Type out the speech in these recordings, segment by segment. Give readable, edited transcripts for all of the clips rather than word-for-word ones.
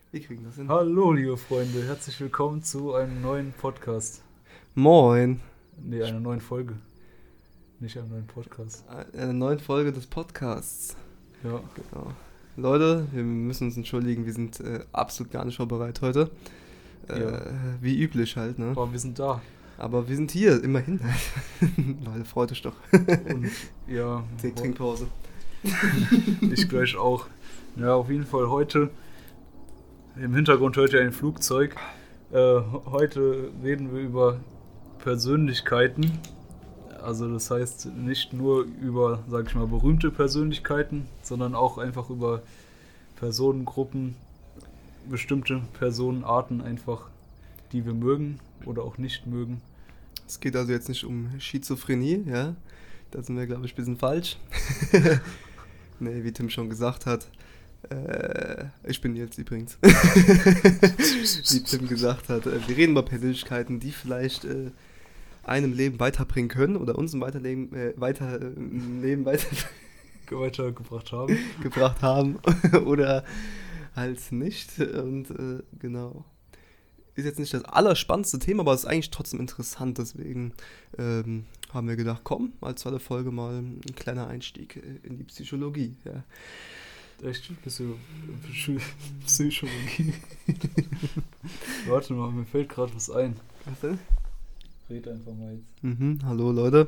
Wir kriegen das hin. Hallo, liebe Freunde, herzlich willkommen zu einem neuen Podcast. Moin. Nee, einer neuen Folge. Nicht einem neuen Podcast. Eine neue Folge des Podcasts. Ja. Genau. Leute, wir müssen uns entschuldigen, wir sind absolut gar nicht vorbereitet heute. Ja. Wie üblich halt, ne? Aber wir sind da. Aber wir sind hier, immerhin. Leute, freut euch doch. Und ja, Trinkpause. ich gleich auch. Ja, auf jeden Fall heute. Im Hintergrund hört ihr ein Flugzeug. Heute reden wir über Persönlichkeiten. Also das heißt nicht nur über, sag ich mal, berühmte Persönlichkeiten, sondern auch einfach über Personengruppen, bestimmte Personenarten einfach, die wir mögen oder auch nicht mögen. Es geht also jetzt nicht um Schizophrenie, ja? Da sind wir, glaube ich, ein bisschen falsch. Nee, wie Tim schon gesagt hat. Ich bin jetzt übrigens. Wie Tim gesagt hat. Wir reden über Persönlichkeiten, die vielleicht einem Leben weiterbringen können oder uns im Leben Weitergebracht haben. gebracht haben oder halt nicht. Und genau. Ist jetzt nicht das allerspannendste Thema, aber es ist eigentlich trotzdem interessant. Deswegen haben wir gedacht, komm, als zweite Folge mal ein kleiner Einstieg in die Psychologie. Ja. Echt? Bist du Psychologie? Warte mal, mir fällt gerade was ein. Was denn? Red einfach mal jetzt. Hallo Leute.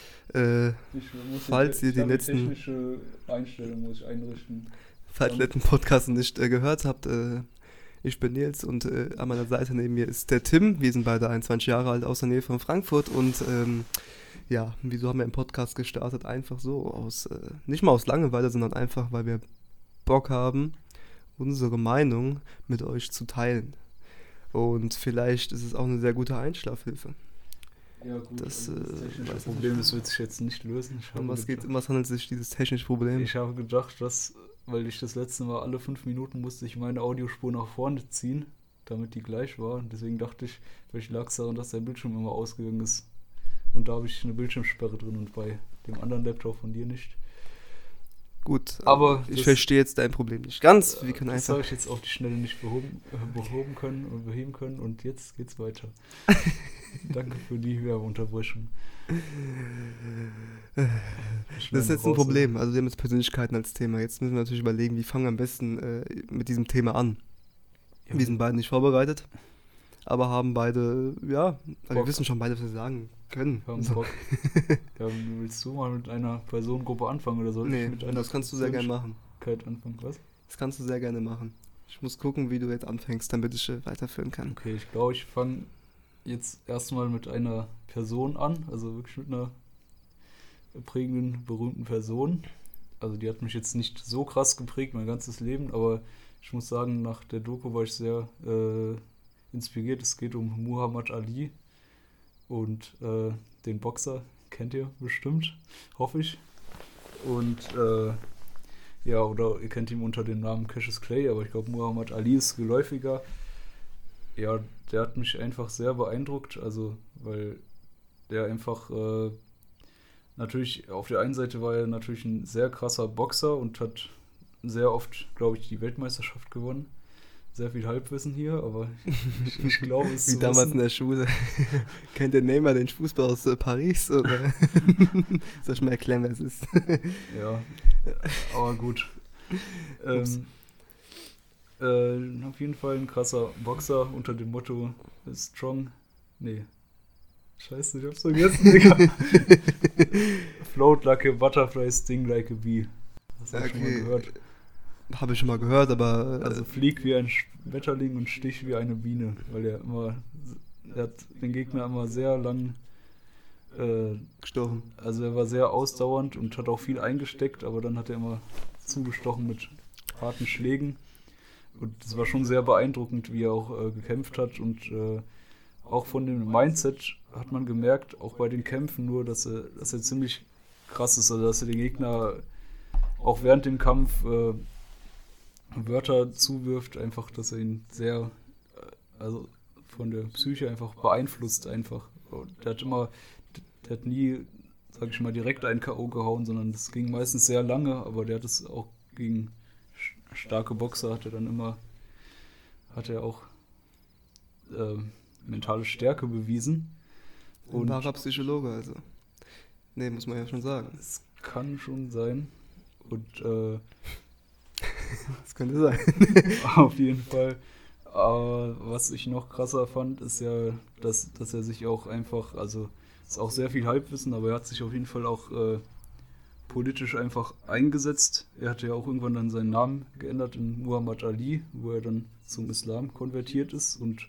Falls ihr den letzten technische Einstellung muss ich einrichten. Falls ihr den letzten Podcast nicht gehört habt, ich bin Nils und an meiner Seite neben mir ist der Tim. Wir sind beide 21 Jahre alt aus der Nähe von Frankfurt und ja, wieso haben wir einen Podcast gestartet? Einfach so, nicht mal aus Langeweile, sondern einfach, weil wir Bock haben, unsere Meinung mit euch zu teilen. Und vielleicht ist es auch eine sehr gute Einschlafhilfe. Ja gut, Das technische Problem, das wird sich jetzt nicht lösen. Um was handelt sich dieses technische Problem? Ich habe gedacht, dass, weil ich das letzte Mal alle 5 Minuten musste ich meine Audiospur nach vorne ziehen, damit die gleich war. Und deswegen dachte ich, vielleicht lag es daran, dass der Bildschirm immer ausgegangen ist. Und da habe ich eine Bildschirmsperre drin und bei dem anderen Laptop von dir nicht. Gut, aber ich verstehe jetzt dein Problem nicht ganz. Wir können das einfach. habe ich jetzt auf die Schnelle nicht beheben können und jetzt geht's weiter. Danke für die Werbeunterbrechung. Das ist jetzt ein Problem. Also wir haben jetzt Persönlichkeiten als Thema. Jetzt müssen wir natürlich überlegen, wie fangen wir am besten mit diesem Thema an. Ja. Wir sind beide nicht vorbereitet, aber haben beide, ja, wir wissen schon beide, was wir sagen können. Wir haben Bock. Ja, willst du mal mit einer Personengruppe anfangen oder soll ich mit einer? Das kannst du sehr gerne machen. Anfangen, was? Das kannst du sehr gerne machen. Ich muss gucken, wie du jetzt anfängst, damit ich weiterführen kann. Okay, ich glaube, ich fange jetzt erstmal mit einer Person an, also wirklich mit einer prägenden, berühmten Person. Also die hat mich jetzt nicht so krass geprägt, mein ganzes Leben, aber ich muss sagen, nach der Doku war ich sehr inspiriert. Es geht um Muhammad Ali und den Boxer, kennt ihr bestimmt, hoffe ich. Und ja, oder ihr kennt ihn unter dem Namen Cassius Clay, aber ich glaube Muhammad Ali ist geläufiger. Ja, der hat mich einfach sehr beeindruckt, also weil der einfach natürlich, auf der einen Seite war er natürlich ein sehr krasser Boxer und hat sehr oft, glaube ich, die Weltmeisterschaft gewonnen. Sehr viel Halbwissen hier, aber ich glaube es wie damals in der Schule. Kennt der Neymar den Fußball aus Paris? Oder? Soll ich mal erklären, wer es ist? Ja, aber gut. Auf jeden Fall ein krasser Boxer unter dem Motto Strong. Nee. Scheiße, ich hab's vergessen, Digga. Float like a butterfly, sting like a bee. Das hab ich schon mal gehört. Habe ich schon mal gehört, aber. Also flieg wie ein Schmetterling und stich wie eine Biene, weil er hat den Gegner immer sehr lang gestochen. Also er war sehr ausdauernd und hat auch viel eingesteckt, aber dann hat er immer zugestochen mit harten Schlägen. Und es war schon sehr beeindruckend, wie er auch gekämpft hat. Und auch von dem Mindset hat man gemerkt, auch bei den Kämpfen nur, dass er ziemlich krass ist. Also dass er den Gegner auch während dem Kampf Wörter zuwirft, einfach, dass er ihn sehr, also von der Psyche einfach beeinflusst einfach. Und der hat nie, sag ich mal, direkt einen K.O. gehauen, sondern das ging meistens sehr lange, aber der hat es auch gegen starke Boxer, hat er dann immer hat er auch mentale Stärke bewiesen. Ein wahrer Psychologe, also. Nee, muss man ja schon sagen. Es kann schon sein. Und das könnte sein. auf jeden Fall. Aber was ich noch krasser fand, ist ja, dass er sich auch einfach, also ist auch sehr viel Halbwissen, aber er hat sich auf jeden Fall auch politisch einfach eingesetzt. Er hatte ja auch irgendwann dann seinen Namen geändert in Muhammad Ali, wo er dann zum Islam konvertiert ist. Und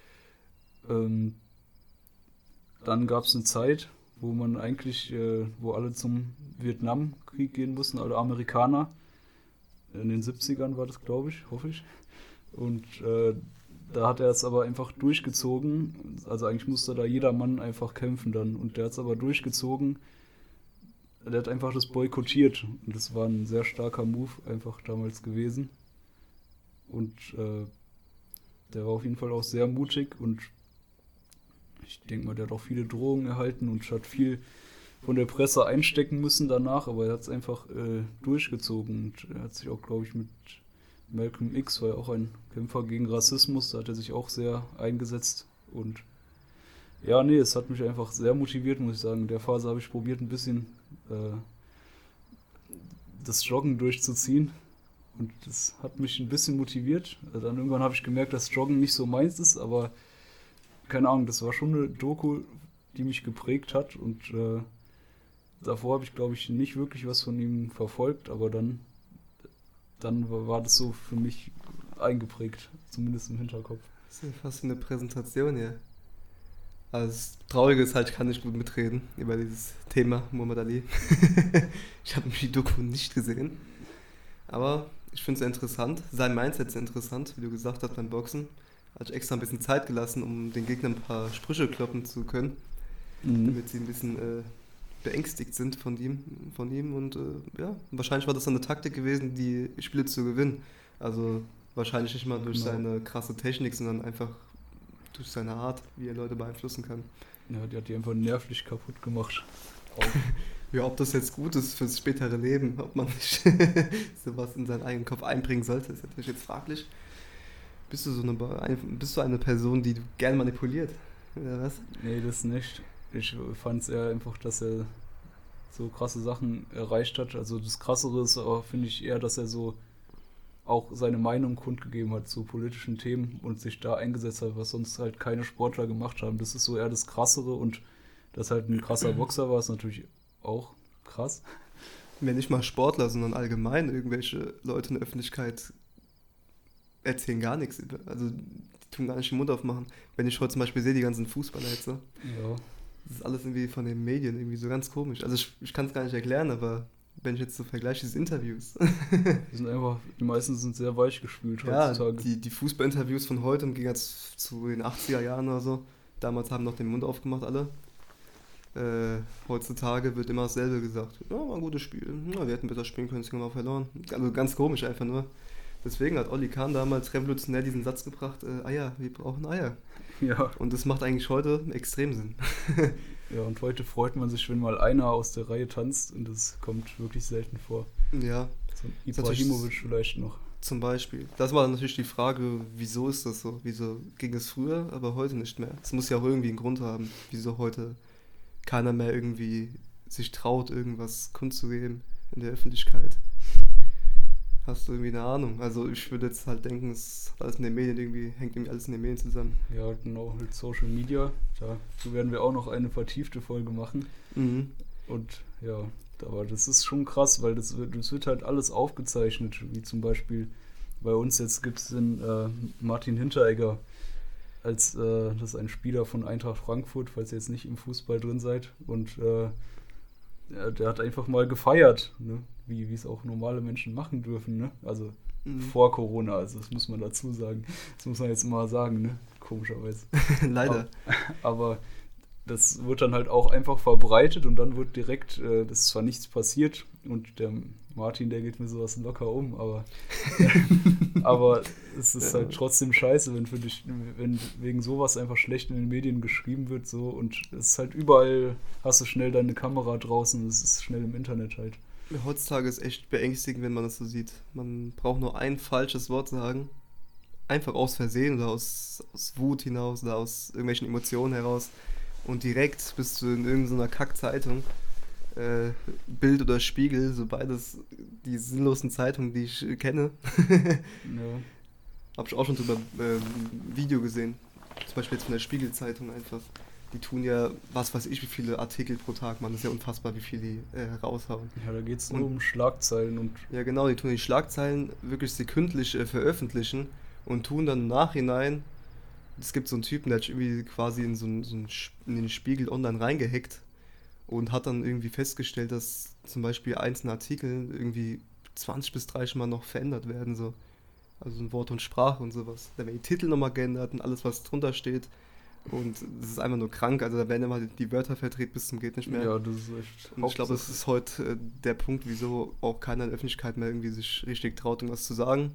dann gab es eine Zeit, wo man eigentlich, wo alle zum Vietnamkrieg gehen mussten, alle Amerikaner. In den 70ern war das, glaube ich, hoffe ich. Und da hat er es aber einfach durchgezogen. Also eigentlich musste da jeder Mann einfach kämpfen dann. Und der hat es aber durchgezogen. Der hat einfach das boykottiert. Und das war ein sehr starker Move einfach damals gewesen. Und der war auf jeden Fall auch sehr mutig. Und ich denke mal, der hat auch viele Drohungen erhalten und hat viel von der Presse einstecken müssen danach. Aber er hat es einfach durchgezogen. Und er hat sich auch, glaube ich, mit Malcolm X war ja auch ein Kämpfer gegen Rassismus, da hat er sich auch sehr eingesetzt und ja, nee, es hat mich einfach sehr motiviert, muss ich sagen. In der Phase habe ich probiert, ein bisschen das Joggen durchzuziehen und das hat mich ein bisschen motiviert. Dann irgendwann habe ich gemerkt, dass Joggen nicht so meins ist, aber keine Ahnung, das war schon eine Doku, die mich geprägt hat und davor habe ich, glaube ich, nicht wirklich was von ihm verfolgt, aber dann war das so für mich eingeprägt, zumindest im Hinterkopf. Das ist ja fast eine Präsentation hier. Also das Traurige ist halt, ich kann nicht gut mitreden über dieses Thema Muhammad Ali. Ich habe die Doku nicht gesehen. Aber ich finde es interessant. Sein Mindset ist interessant, wie du gesagt hast beim Boxen. Hat ich extra ein bisschen Zeit gelassen, um den Gegnern ein paar Sprüche kloppen zu können. Damit sie ein bisschen beängstigt sind von ihm und ja, wahrscheinlich war das dann eine Taktik gewesen, die Spiele zu gewinnen. Also wahrscheinlich nicht mal durch seine krasse Technik, sondern einfach durch seine Art, wie er Leute beeinflussen kann. Ja, die hat die einfach nervlich kaputt gemacht. Ja, ob das jetzt gut ist fürs spätere Leben, ob man nicht sowas in seinen eigenen Kopf einbringen sollte, ist natürlich jetzt fraglich. Bist du eine Person, die du gern manipuliert, oder was? Nee, das nicht. Ich fand es eher einfach, dass er so krasse Sachen erreicht hat. Also das Krassere ist aber, finde ich, eher, dass er so auch seine Meinung kundgegeben hat zu politischen Themen und sich da eingesetzt hat, was sonst halt keine Sportler gemacht haben. Das ist so eher das Krassere und dass halt ein krasser Boxer war, ist natürlich auch krass. Wenn nicht mal Sportler, sondern allgemein irgendwelche Leute in der Öffentlichkeit erzählen gar nichts. Also die tun gar nicht den Mund aufmachen. Wenn ich heute zum Beispiel sehe, die ganzen Fußballer jetzt so. Ja. Das ist alles irgendwie von den Medien irgendwie so ganz komisch. Also ich kann es gar nicht erklären, aber wenn ich jetzt so vergleiche, diese Interviews. Die meisten sind sehr weichgespült heutzutage. Ja, die Fußballinterviews von heute im Gegensatz zu den 80er Jahren oder so. Damals haben noch den Mund aufgemacht alle. Heutzutage wird immer dasselbe gesagt. Ja, war ein gutes Spiel. Ja, wir hätten besser spielen können, deswegen haben wir verloren. Also ganz komisch einfach nur. Deswegen hat Oli Kahn damals revolutionär diesen Satz gebracht, Eier, wir brauchen Eier. Ja. Und das macht eigentlich heute extrem Sinn. Ja, und heute freut man sich, wenn mal einer aus der Reihe tanzt und das kommt wirklich selten vor. Ja. So Ibrahimovic vielleicht noch. Zum Beispiel. Das war natürlich die Frage, wieso ist das so? Wieso ging es früher, aber heute nicht mehr? Es muss ja auch irgendwie einen Grund haben, wieso heute keiner mehr irgendwie sich traut, irgendwas kundzugeben in der Öffentlichkeit. Hast du irgendwie eine Ahnung? Also ich würde jetzt halt denken, es hat alles in den Medien hängt irgendwie alles in den Medien zusammen. Ja, genau, mit Social Media. Dazu werden wir auch noch eine vertiefte Folge machen. Mhm. Und ja, aber das ist schon krass, weil das wird halt alles aufgezeichnet, wie zum Beispiel bei uns jetzt gibt es den Martin Hinteregger, das ist ein Spieler von Eintracht Frankfurt, falls ihr jetzt nicht im Fußball drin seid. Und der hat einfach mal gefeiert, ne? Wie es auch normale Menschen machen dürfen, ne? Also vor Corona, also das muss man dazu sagen. Das muss man jetzt immer sagen, ne? Komischerweise. Leider. Aber das wird dann halt auch einfach verbreitet und dann wird direkt, das ist zwar nichts passiert und der Martin, der geht mit sowas locker um, aber es ist halt trotzdem scheiße, wenn wegen sowas einfach schlecht in den Medien geschrieben wird, so, und es ist halt überall, hast du schnell deine Kamera draußen, es ist schnell im Internet halt. Heutzutage ist echt beängstigend, wenn man das so sieht. Man braucht nur ein falsches Wort sagen einfach aus Versehen oder aus Wut hinaus oder aus irgendwelchen Emotionen heraus und direkt bist du in irgendeiner Kackzeitung, Bild oder Spiegel, so beides die sinnlosen Zeitungen, die ich kenne. Ja. Hab ich auch schon drüber Video gesehen. Zum Beispiel jetzt von der Spiegel-Zeitung einfach. Die tun ja, was weiß ich, wie viele Artikel pro Tag, man. Das ist ja unfassbar, wie viel die raushauen. Ja, da geht es nur Und- um Schlagzeilen und Ja, genau, die tun die Schlagzeilen wirklich sekündlich veröffentlichen und tun dann im Nachhinein. Es gibt so einen Typen, der hat sich irgendwie quasi in den Spiegel online reingehackt und hat dann irgendwie festgestellt, dass zum Beispiel einzelne Artikel irgendwie 20 bis 30 Mal noch verändert werden, so. Also in Wort und Sprache und sowas. Da werden die Titel nochmal geändert und alles, was drunter steht. Und das ist einfach nur krank. Also da werden immer die Wörter verdreht bis zum geht nicht mehr. ja, das ist echt Und ich glaube, das ist heute der Punkt, wieso auch keiner in der Öffentlichkeit mehr irgendwie sich richtig traut, irgendwas zu sagen.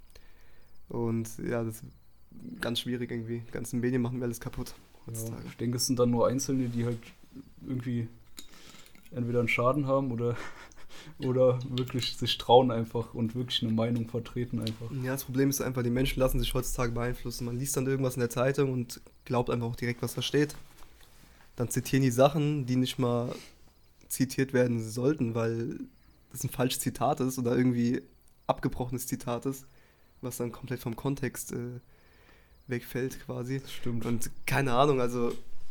Und ja, das ist ganz schwierig irgendwie. Die ganzen Medien machen mir alles kaputt Ja, heutzutage. ich denke, es sind dann nur Einzelne, die halt irgendwie entweder einen Schaden haben oder wirklich sich trauen einfach und wirklich eine Meinung vertreten einfach. Ja, das Problem ist einfach, die Menschen lassen sich heutzutage beeinflussen. Man liest dann irgendwas in der Zeitung und glaubt einfach auch direkt, was da steht. Dann zitieren die Sachen, die nicht mal zitiert werden sollten, weil das ein falsches Zitat ist oder irgendwie abgebrochenes Zitat ist, was dann komplett vom Kontext wegfällt quasi. Das stimmt. Und keine Ahnung, also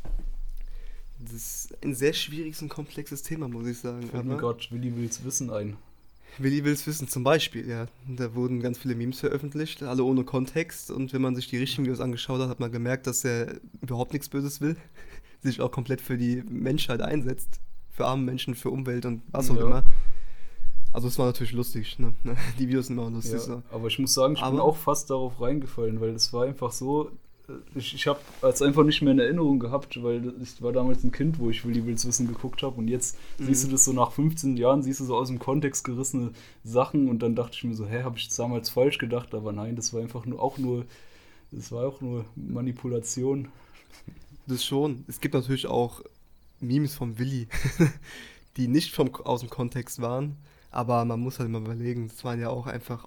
das ist ein sehr schwieriges und komplexes Thema, muss ich sagen. Fällt mir Aber gerade Willi Wills Wissen ein. Willi will's wissen, zum Beispiel, ja. Da wurden ganz viele Memes veröffentlicht, alle ohne Kontext. Und wenn man sich die richtigen Videos angeschaut hat, hat man gemerkt, dass er überhaupt nichts Böses will. Sich auch komplett für die Menschheit einsetzt. Für arme Menschen, für Umwelt und was auch Ja. immer. Also es war natürlich lustig, ne? Die Videos sind immer lustig. Ja, So. aber ich muss sagen, ich bin Aber- auch fast darauf reingefallen, weil es war einfach so, ich habe es einfach nicht mehr in Erinnerung gehabt, weil ich war damals ein Kind, wo ich Willi Wills Wissen geguckt habe und jetzt siehst du das so nach 15 Jahren, siehst du so aus dem Kontext gerissene Sachen und dann dachte ich mir so, habe ich das damals falsch gedacht, aber nein, das war einfach das war auch nur Manipulation. Das schon. Es gibt natürlich auch Memes vom Willi, die nicht aus dem Kontext waren. Aber man muss halt mal überlegen, das waren ja auch einfach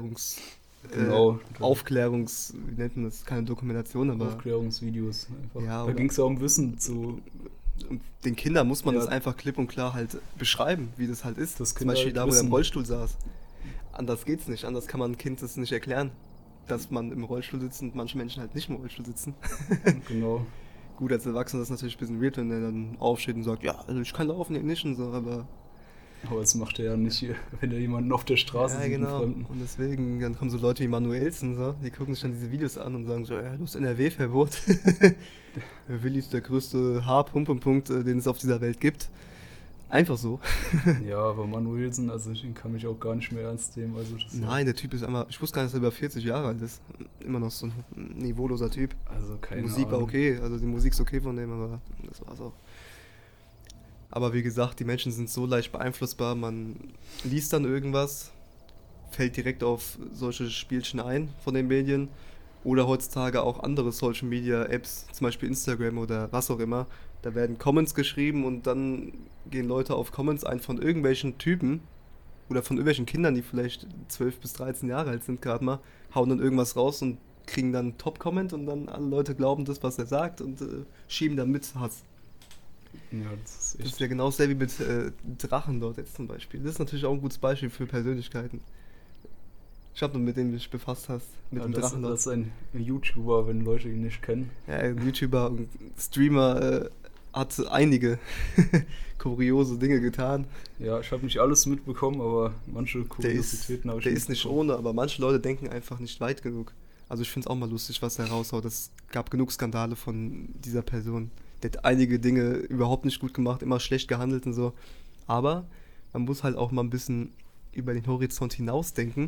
Genau. wie nennt man das? Keine Dokumentation, aber Aufklärungsvideos einfach. Ja, Da oder- ging es ja um Wissen zu. und den Kindern muss man Ja. das einfach klipp und klar halt beschreiben, wie das halt ist. Das Zum Kinder Beispiel halt da, wo er im wissen. Rollstuhl saß. Anders geht's nicht. Anders kann man ein Kind das nicht erklären, dass man im Rollstuhl sitzt und manche Menschen halt nicht im Rollstuhl sitzen. Genau. Gut, als Erwachsener ist das natürlich ein bisschen weird, wenn er dann aufsteht und sagt, ja, also ich kann laufen, ihr nicht und so, aber Aber das macht er ja nicht hier, wenn er jemanden auf der Straße ja, sieht, einen genau. Fremden. Und deswegen, dann kommen so Leute wie Manuelsen, so, die gucken sich dann diese Videos an und sagen so, ja, du hast NRW-Verbot. Willi ist der größte H-Punkt, den es auf dieser Welt gibt. Einfach so. Ja, aber Manuelsen, also ich kann mich auch gar nicht mehr ernst nehmen. Also das Nein, der Typ ist einmal, ich wusste gar nicht, dass er über 40 Jahre alt ist. Immer noch so ein niveauloser Typ. Also Die keine Musik war Ahnung. okay, also die Musik ist okay von dem, aber das war's auch. Aber wie gesagt, die Menschen sind so leicht beeinflussbar, man liest dann irgendwas, fällt direkt auf solche Spielchen ein von den Medien oder heutzutage auch andere Social Media Apps, zum Beispiel Instagram oder was auch immer. Da werden Comments geschrieben und dann gehen Leute auf Comments ein von irgendwelchen Typen oder von irgendwelchen Kindern, die vielleicht 12 bis 13 Jahre alt sind gerade mal, hauen dann irgendwas raus und kriegen dann einen Top-Comment und dann alle Leute glauben das, was er sagt und schieben dann mit Hass. Ja, das ist Das echt. ist ja genau dasselbe wie mit Drachen dort jetzt zum Beispiel. Das ist natürlich auch ein gutes Beispiel für Persönlichkeiten. Ich habe nur mit denen du dich befasst hast, mit Ja, dem das, Drachen das dort. ist ein YouTuber, wenn Leute ihn nicht kennen. Ja, ein YouTuber und Streamer hat einige kuriose Dinge getan. Ja, ich habe nicht alles mitbekommen, aber manche Der Kuriositäten habe ich ist nicht mitbekommen. ohne, aber manche Leute denken einfach nicht weit genug. Also ich finde es auch mal lustig, was er raushaut. Es gab genug Skandale von dieser Person. Der hat einige Dinge überhaupt nicht gut gemacht, immer schlecht gehandelt und so. Aber man muss halt auch mal ein bisschen über den Horizont hinausdenken.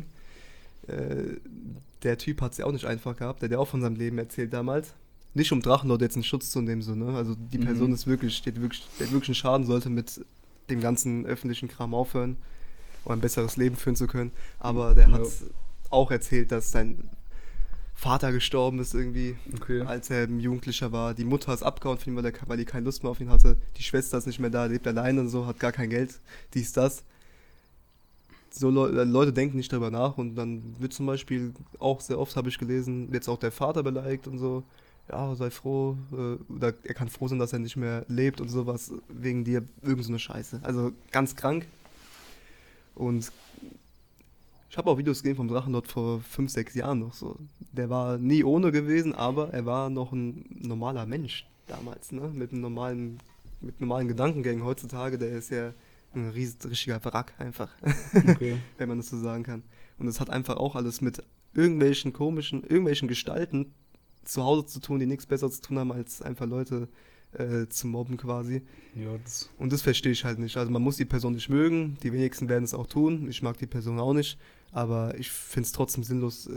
Der Typ hat es ja auch nicht einfach gehabt. Der hat ja auch von seinem Leben erzählt damals. Nicht um Drachenlord jetzt einen Schutz zu nehmen, so, ne? Also die Person ist wirklich, der hat wirklich einen Schaden, sollte mit dem ganzen öffentlichen Kram aufhören, um ein besseres Leben führen zu können. Aber der hat auch erzählt, dass sein Vater gestorben ist irgendwie, Okay. als er ein Jugendlicher war. Die Mutter ist abgehauen von ihm, weil die keine Lust mehr auf ihn hatte. Die Schwester ist nicht mehr da, lebt alleine und so, hat gar kein Geld, dies, das. so Leute denken nicht darüber nach und dann wird zum Beispiel auch sehr oft, habe ich gelesen, jetzt auch der Vater beleidigt und so, ja, sei froh, oder er kann froh sein, dass er nicht mehr lebt und sowas, wegen dir, irgend so eine Scheiße. Also ganz krank. Und ich habe auch Videos gesehen vom Drachenlord vor 5, 6 Jahren noch so. Der war nie ohne gewesen, aber er war noch ein normaler Mensch damals, ne? Mit normalen Gedankengängen. Heutzutage, der ist ja ein richtiger Wrack einfach, Okay. wenn man das so sagen kann. Und es hat einfach auch alles mit irgendwelchen Gestalten zu Hause zu tun, die nichts Besseres zu tun haben, als einfach Leute zu mobben quasi. Ja, das. Und das verstehe ich halt nicht. Also man muss die Person nicht mögen, die wenigsten werden es auch tun. Ich mag die Person auch nicht, aber ich finde es trotzdem sinnlos,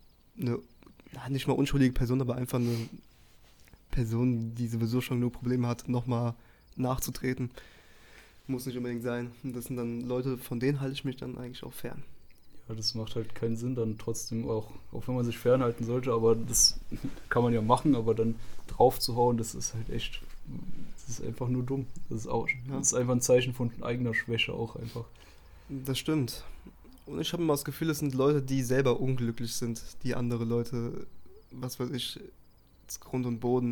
nicht mal unschuldige Person, aber einfach eine Person, die sowieso schon nur Probleme hat, nochmal nachzutreten. Muss nicht unbedingt sein. Und das sind dann Leute, von denen halte ich mich dann eigentlich auch fern. Ja, das macht halt keinen Sinn, dann trotzdem auch wenn man sich fernhalten sollte, aber das kann man ja machen, aber dann drauf zu hauen, das ist halt echt, das ist einfach nur dumm. Das ist einfach ein Zeichen von eigener Schwäche auch einfach. Das stimmt. Und ich habe immer das Gefühl, es sind Leute, die selber unglücklich sind, die andere Leute, was weiß ich, Grund und Boden,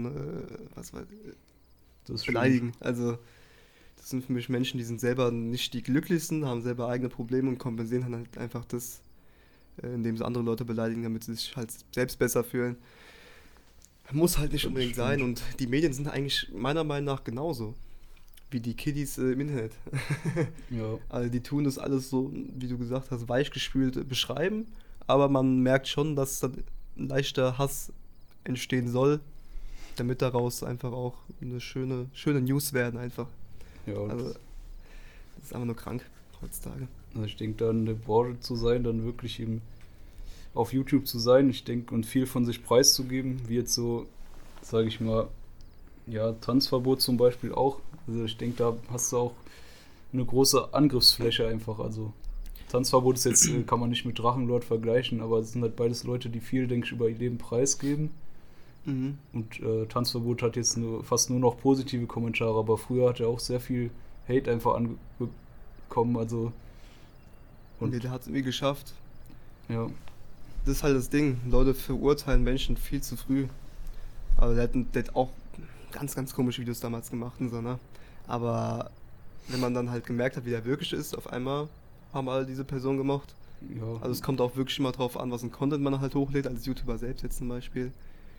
Das ist beleidigen. Also das sind für mich Menschen, die sind selber nicht die glücklichsten, haben selber eigene Probleme und kompensieren dann halt einfach das, indem sie andere Leute beleidigen, damit sie sich halt selbst besser fühlen. Muss halt nicht Das unbedingt stimmt. sein und die Medien sind eigentlich meiner Meinung nach genauso wie die Kiddies im Internet. Ja, Also die tun das alles so, wie du gesagt hast, weichgespült beschreiben, aber man merkt schon, dass dann ein leichter Hass entstehen soll, damit daraus einfach auch eine schöne News werden einfach. ja. Also das ist einfach nur krank heutzutage. Also ich denke, da in der Branche zu sein, dann wirklich eben auf YouTube zu sein, ich denke, und viel von sich preiszugeben, wie jetzt so, sage ich mal, ja, Tanzverbot zum Beispiel auch. Also ich denke, da hast du auch eine große Angriffsfläche einfach. Also Tanzverbot ist jetzt, kann man nicht mit Drachenlord vergleichen, aber es sind halt beides Leute, die viel, denke ich, über ihr Leben preisgeben. Mhm. Und Tanzverbot hat jetzt fast nur noch positive Kommentare, aber früher hat er auch sehr viel Hate einfach anbekommen. Also, Und und der hat es irgendwie geschafft. ja, Das ist halt das Ding. Leute verurteilen Menschen viel zu früh. Aber der hat auch ganz, ganz komische Videos damals gemacht und so, ne? Aber wenn man dann halt gemerkt hat, wie der wirklich ist, auf einmal haben alle diese Person gemocht. ja, Also es kommt auch wirklich immer drauf an, was ein Content man halt hochlädt, als YouTuber selbst jetzt zum Beispiel.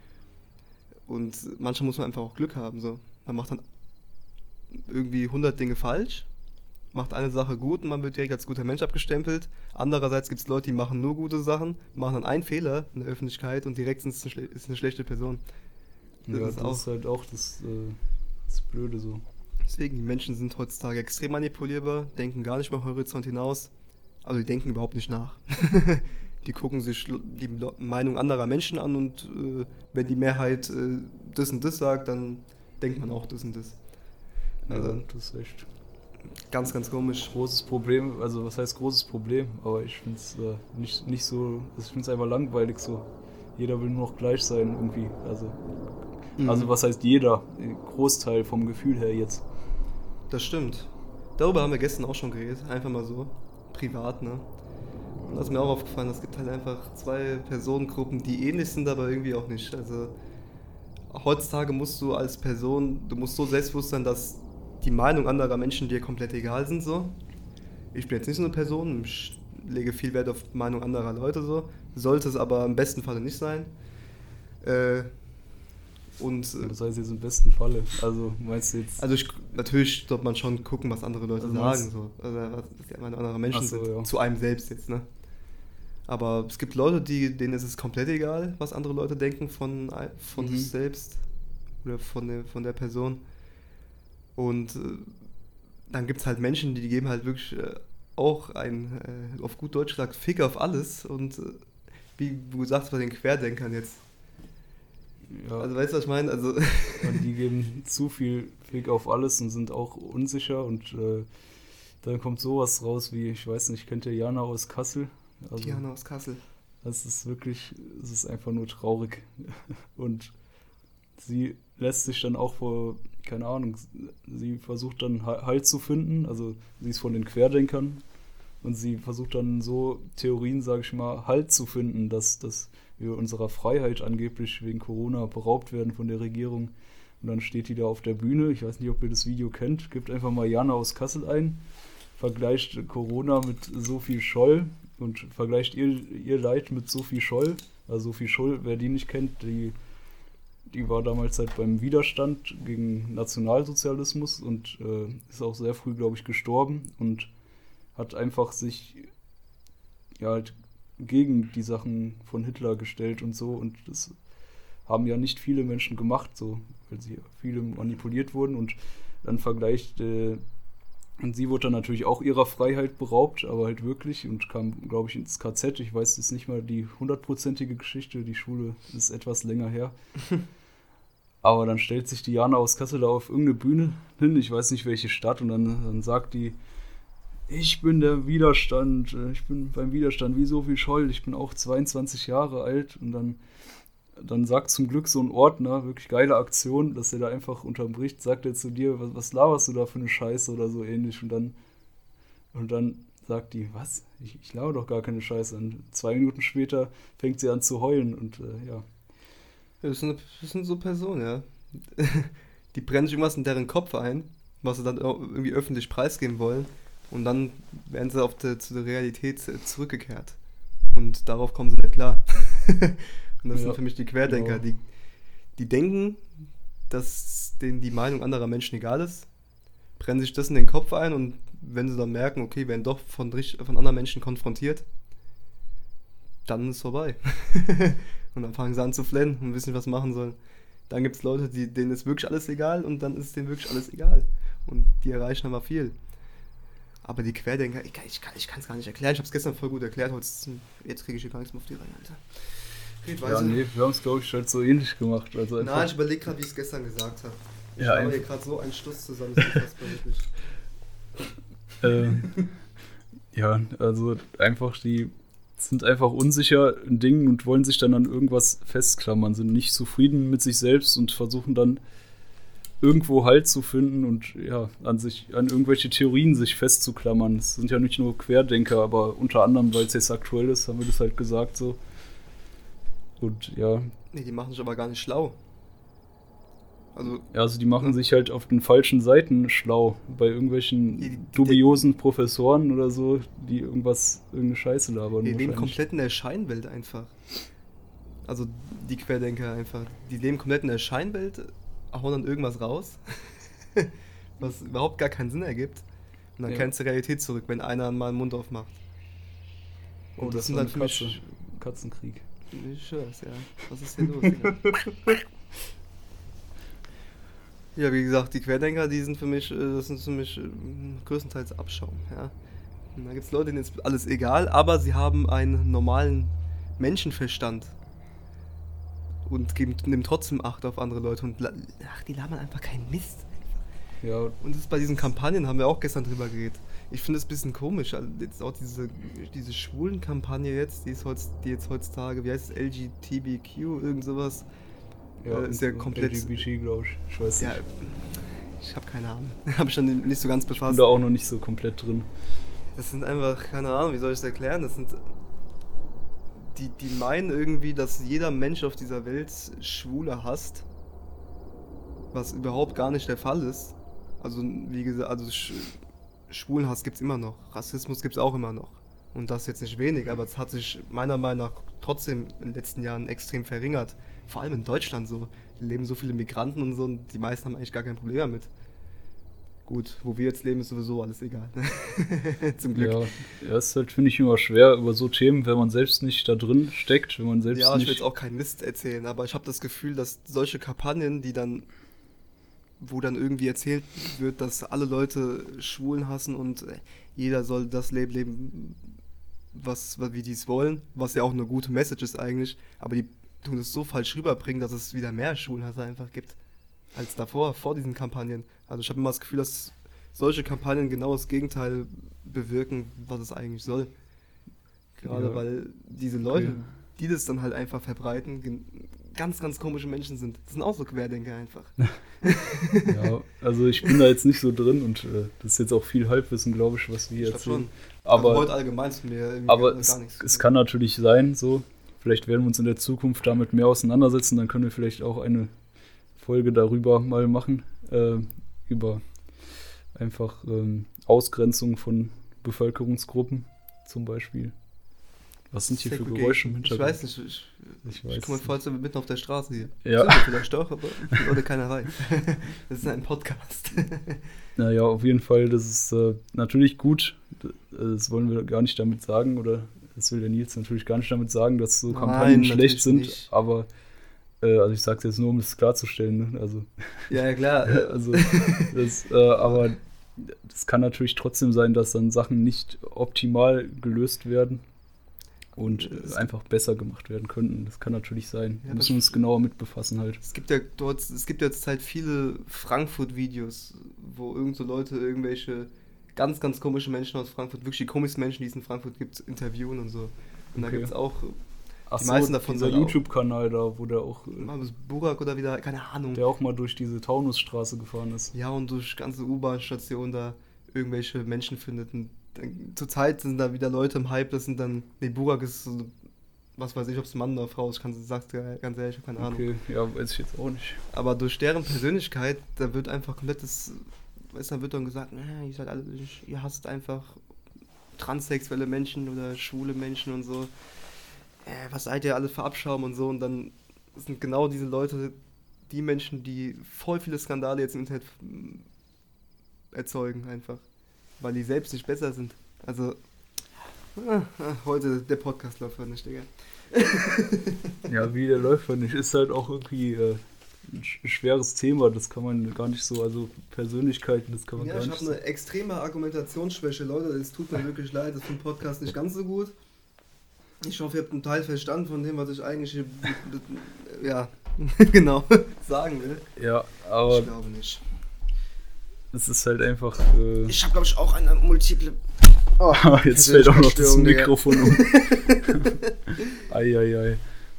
Und manchmal muss man einfach auch Glück haben, so. Man macht dann irgendwie 100 Dinge falsch, macht eine Sache gut und man wird direkt als guter Mensch abgestempelt. Andererseits gibt es Leute, die machen nur gute Sachen, machen dann einen Fehler in der Öffentlichkeit und direkt ist eine schlechte Person. Das ja, ist das auch. ist halt auch das Blöde so. Deswegen, die Menschen sind heutzutage extrem manipulierbar, denken gar nicht mehr Horizont hinaus. Also die denken überhaupt nicht nach. Die gucken sich die Meinung anderer Menschen an und wenn die Mehrheit das und das sagt, dann denkt man auch das und das. Ja, Also das ist echt ganz, ganz komisch. großes Problem. Also was heißt großes Problem? Aber ich finde es nicht so, ich finde es einfach langweilig so. Jeder will nur noch gleich sein irgendwie. Also was heißt jeder? Großteil vom Gefühl her jetzt. Das stimmt. Darüber haben wir gestern auch schon geredet, einfach mal so, privat, ne? Und das ist mir auch aufgefallen, es gibt halt einfach zwei Personengruppen, die ähnlich sind, aber irgendwie auch nicht. Also heutzutage musst du als Person, du musst so selbstbewusst sein, dass die Meinung anderer Menschen dir komplett egal sind, so. Ich bin jetzt nicht so eine Person, ich lege viel Wert auf die Meinung anderer Leute, so. Sollte es aber im besten Falle nicht sein. Äh, Das heißt jetzt im besten Falle. Also meinst du jetzt. Also natürlich sollte man schon gucken, was andere Leute Also sagen, so. Also was die Meinung anderer Menschen Ach so, sind, ja. zu einem selbst jetzt, ne? Aber es gibt Leute, denen ist es komplett egal, was andere Leute denken von sich selbst oder von der Person. Und dann gibt es halt Menschen, die geben halt wirklich auch auf gut Deutsch gesagt, Fick auf alles. Und wie du sagst bei den Querdenkern jetzt. Ja, Also weißt du, was ich meine? Also und die geben zu viel Fick auf alles und sind auch unsicher und dann kommt sowas raus wie, ich weiß nicht, kennt ihr Jana aus Kassel? Also, Diana aus Kassel. das ist wirklich, es ist einfach nur traurig. Und sie lässt sich dann auch keine Ahnung, sie versucht dann Halt zu finden, also sie ist von den Querdenkern Und sie versucht dann so Theorien, sage ich mal, Halt zu finden, dass wir unserer Freiheit angeblich wegen Corona beraubt werden von der Regierung. Und dann steht die da auf der Bühne, ich weiß nicht, ob ihr das Video kennt, gebt einfach mal Jana aus Kassel ein, vergleicht Corona mit Sophie Scholl und vergleicht ihr Leid mit Sophie Scholl. Also Sophie Scholl, wer die nicht kennt, die war damals halt beim Widerstand gegen Nationalsozialismus und ist auch sehr früh, glaube ich, gestorben und hat einfach sich ja halt gegen die Sachen von Hitler gestellt und so, und das haben ja nicht viele Menschen gemacht, so, weil sie viele manipuliert wurden, und dann vergleicht und sie wurde dann natürlich auch ihrer Freiheit beraubt, aber halt wirklich, und kam, glaube ich, ins KZ. Ich weiß jetzt nicht mal die 100%ige Geschichte, die Schule ist etwas länger her. Aber dann stellt sich die Jana aus Kassel da auf irgendeine Bühne hin, ich weiß nicht welche Stadt, und dann sagt die: Ich bin der Widerstand, ich bin beim Widerstand wie Sophie Scholl, ich bin auch 22 Jahre alt. Und dann sagt zum Glück so ein Ordner, wirklich geile Aktion, dass er da einfach unterbricht, sagt er zu dir: was laberst du da für eine Scheiße oder so ähnlich. Und dann sagt die: Was? Ich laber doch gar keine Scheiße. Und 2 Minuten später fängt sie an zu heulen und ja. Das sind so Personen, ja. Die brennen sich irgendwas in deren Kopf ein, was sie dann irgendwie öffentlich preisgeben wollen. Und dann werden sie zu der Realität zurückgekehrt. Und darauf kommen sie nicht klar. Und das sind für mich die Querdenker. Genau. Die denken, dass denen die Meinung anderer Menschen egal ist, brennen sich das in den Kopf ein, und wenn sie dann merken, okay, werden doch von anderen Menschen konfrontiert, dann ist es vorbei. Und dann fangen sie an zu flennen und wissen nicht, was sie machen sollen. Dann gibt es Leute, denen ist wirklich alles egal, und dann ist denen wirklich alles egal. Und die erreichen aber viel. Aber die Querdenker, ich kann es gar nicht erklären. Ich habe es gestern voll gut erklärt. Jetzt kriege ich hier gar nichts mehr auf die Reihe, Alter. Ja, nee, wir haben es, glaube ich, halt so ähnlich gemacht. Also nein, ich überlege gerade, wie ich es gestern gesagt habe. Ich habe hier gerade so einen Stuss zusammen, das ist unfassbar wirklich. Ja, also einfach die sind einfach unsicher in Dingen und wollen sich dann an irgendwas festklammern, sind nicht zufrieden mit sich selbst und versuchen dann irgendwo Halt zu finden und ja, an irgendwelche Theorien sich festzuklammern. Es sind ja nicht nur Querdenker, aber unter anderem, weil es jetzt aktuell ist, haben wir das halt gesagt so. Und ja. Nee, die machen sich aber gar nicht schlau. Also die machen sich halt auf den falschen Seiten schlau, bei irgendwelchen dubiosen Professoren oder so, die irgendeine Scheiße labern. Die leben komplett in der Scheinwelt einfach. Also die Querdenker einfach, die leben komplett in der Scheinwelt, hauen dann irgendwas raus, was überhaupt gar keinen Sinn ergibt. Und dann kehren sie zur Realität zurück, wenn einer mal den Mund aufmacht. Und das sind dann für mich Katzenkrieg. Ich schwör's, ja. Was ist hier los? Ja, wie gesagt, die Querdenker, das sind für mich größtenteils Abschaum, ja. Und da gibt's Leute, denen ist alles egal, aber sie haben einen normalen Menschenverstand und nehmen trotzdem Acht auf andere Leute und die labern einfach keinen Mist. Ja. Und das ist bei diesen Kampagnen, haben wir auch gestern drüber geredet. Ich finde es ein bisschen komisch, also jetzt auch diese schwulen Kampagne jetzt, die jetzt heutzutage, wie heißt es, LGBTQ, irgend sowas. Ja, ist ja komplett. LGBT, glaube ich. Ich weiß nicht. Ja, ich habe keine Ahnung. Habe ich dann nicht so ganz befasst. Ich bin da auch noch nicht so komplett drin. Das sind einfach, keine Ahnung, wie soll ich es erklären? Das sind. Die meinen irgendwie, dass jeder Mensch auf dieser Welt Schwule hasst. Was überhaupt gar nicht der Fall ist. Also, wie gesagt, Schwulenhass gibt's immer noch. Rassismus gibt's auch immer noch. Und das jetzt nicht wenig, aber es hat sich meiner Meinung nach trotzdem in den letzten Jahren extrem verringert. Vor allem in Deutschland so. Da leben so viele Migranten und so, und die meisten haben eigentlich gar kein Problem damit. Gut, wo wir jetzt leben, ist sowieso alles egal. Zum Glück. Ja, es ist halt, finde ich, immer schwer über so Themen, wenn man selbst nicht da drin steckt, wenn man selbst nicht... Ja, ich will jetzt auch keinen Mist erzählen, aber ich habe das Gefühl, dass solche Kampagnen, wo dann irgendwie erzählt wird, dass alle Leute Schwulen hassen und jeder soll das Leben leben, wie die es wollen, was ja auch eine gute Message ist eigentlich, aber die tun es so falsch rüberbringen, dass es wieder mehr Schwulenhass einfach gibt, als vor diesen Kampagnen. Also ich habe immer das Gefühl, dass solche Kampagnen genau das Gegenteil bewirken, was es eigentlich soll. Gerade weil diese Leute, die das dann halt einfach verbreiten, ganz, ganz komische Menschen sind. Das sind auch so Querdenker einfach. Ja, also ich bin da jetzt nicht so drin und das ist jetzt auch viel Halbwissen, glaube ich, was wir hier erzählen. Schon. Aber heute allgemein zu mir aber gar nichts. es kann natürlich sein, so. Vielleicht werden wir uns in der Zukunft damit mehr auseinandersetzen. Dann können wir vielleicht auch eine Folge darüber mal machen. Über einfach Ausgrenzung von Bevölkerungsgruppen zum Beispiel. Was sind hier für Geräusche im Hintergrund? Ich weiß nicht. Ich komme mir vor, als wären wir mitten auf der Straße hier. Ja. Sind wir vielleicht doch, aber Leute, keiner rein. Das ist ein Podcast. Naja, auf jeden Fall, das ist natürlich gut. Das wollen wir gar nicht damit sagen, oder das will der Nils natürlich gar nicht damit sagen, dass so Kampagnen schlecht sind. Nicht. Aber also ich sage es jetzt nur, um es klarzustellen. Ne? Also, ja, klar. Also, aber das kann natürlich trotzdem sein, dass dann Sachen nicht optimal gelöst werden und einfach besser gemacht werden könnten. Das kann natürlich sein. Wir müssen uns genauer mit befassen halt. Es gibt ja zur Zeit viele Frankfurt-Videos, wo irgend so Leute irgendwelche ganz, ganz komische Menschen aus Frankfurt, wirklich die komischsten Menschen, die es in Frankfurt gibt, interviewen und so. Und da gibt es auch die meisten davon dieser YouTube-Kanal da, wo der auch Burak oder wieder, keine Ahnung. Der auch mal durch diese Taunusstraße gefahren ist. Ja, und durch ganze U-Bahn-Stationen da irgendwelche Menschen findet. Und zurzeit sind da wieder Leute im Hype, das sind dann, Burak ist so, was weiß ich, ob es Mann oder Frau ist, sagst du ganz ehrlich, keine Ahnung. Okay, ja, weiß ich jetzt auch nicht. Aber durch deren Persönlichkeit, da wird einfach komplettes, da wird dann gesagt, ihr seid alle, ihr hasst einfach transsexuelle Menschen oder schwule Menschen und so. Was seid ihr alle für Abschaum und so, und dann sind genau diese Leute die Menschen, die voll viele Skandale jetzt im Internet erzeugen einfach, weil die selbst nicht besser sind. Also heute der Podcast läuft heute nicht, Digga. Ja, wie der läuft heute nicht, ist halt auch irgendwie ein schweres Thema, das kann man gar nicht so, also Persönlichkeiten, das kann man gar nicht. Ja, ich habe eine extreme Argumentationsschwäche, Leute, es tut mir wirklich leid, das ist für den Podcast nicht ganz so gut. Ich hoffe, ihr habt einen Teil verstanden von dem, was ich eigentlich genau sagen will. Ja, aber ich glaube nicht. Es ist halt einfach. Ich habe, glaube ich, auch eine multiple. Oh, jetzt fällt auch noch das Mikrofon um. Eieiei.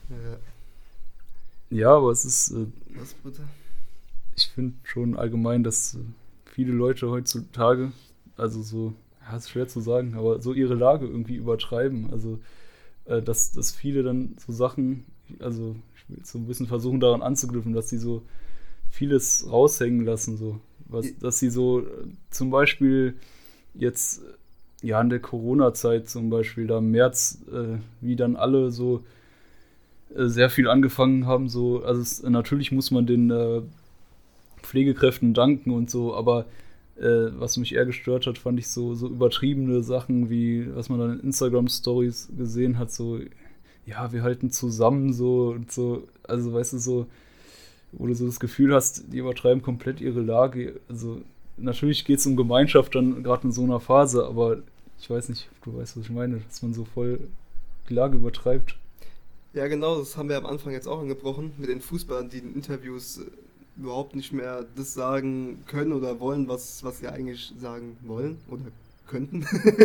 Ja, aber es ist. Was bitte? Ich finde schon allgemein, dass viele Leute heutzutage, also so, ist schwer zu sagen, aber so ihre Lage irgendwie übertreiben. Also dass viele dann so Sachen, also ich will so ein bisschen versuchen daran anzuknüpfen, dass sie so vieles raushängen lassen, so dass sie so zum Beispiel jetzt ja in der Corona-Zeit zum Beispiel da im März, wie dann alle so sehr viel angefangen haben, so, also natürlich muss man den Pflegekräften danken und so, aber was mich eher gestört hat, fand ich so übertriebene Sachen, wie was man dann in Instagram-Stories gesehen hat, so, ja, wir halten zusammen, so und so, also weißt du, so, wo du so das Gefühl hast, die übertreiben komplett ihre Lage, also natürlich geht es um Gemeinschaft dann gerade in so einer Phase, aber ich weiß nicht, ob du weißt, was ich meine, dass man so voll die Lage übertreibt. Ja, genau, das haben wir am Anfang jetzt auch angebrochen, mit den Fußballern, die in Interviews überhaupt nicht mehr das sagen können oder wollen, was sie eigentlich sagen wollen oder könnten.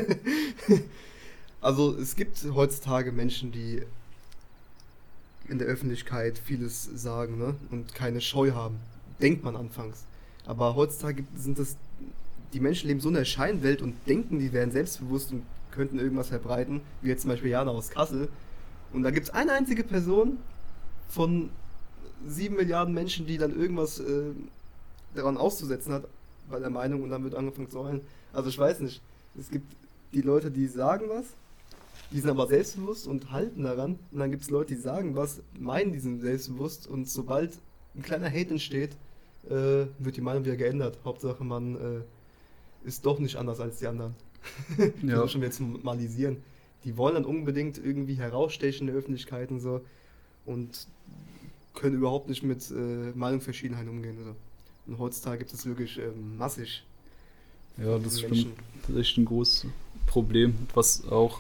Also es gibt heutzutage Menschen, die in der Öffentlichkeit vieles sagen, ne, und keine Scheu haben. Denkt man anfangs. Aber heutzutage sind das, die Menschen leben so in der Scheinwelt und denken, die wären selbstbewusst und könnten irgendwas verbreiten, wie jetzt zum Beispiel Jana aus Kassel. Und da gibt es eine einzige Person von 7 Milliarden Menschen, die dann irgendwas daran auszusetzen hat, bei der Meinung, und dann wird angefangen zu heulen. Also ich weiß nicht, es gibt die Leute, die sagen was, die sind aber selbstbewusst und halten daran, und dann gibt es Leute, die sagen was, meinen, die sind selbstbewusst, und sobald ein kleiner Hate entsteht, wird die Meinung wieder geändert. Hauptsache man ist doch nicht anders als die anderen. Ja. Das schon wieder zum Malisieren. Die wollen dann unbedingt irgendwie herausstechen in der Öffentlichkeit und so und können überhaupt nicht mit Meinungsverschiedenheiten umgehen. Also. Und heutzutage gibt es wirklich massig. Ja, das ist schon echt ein großes Problem, was auch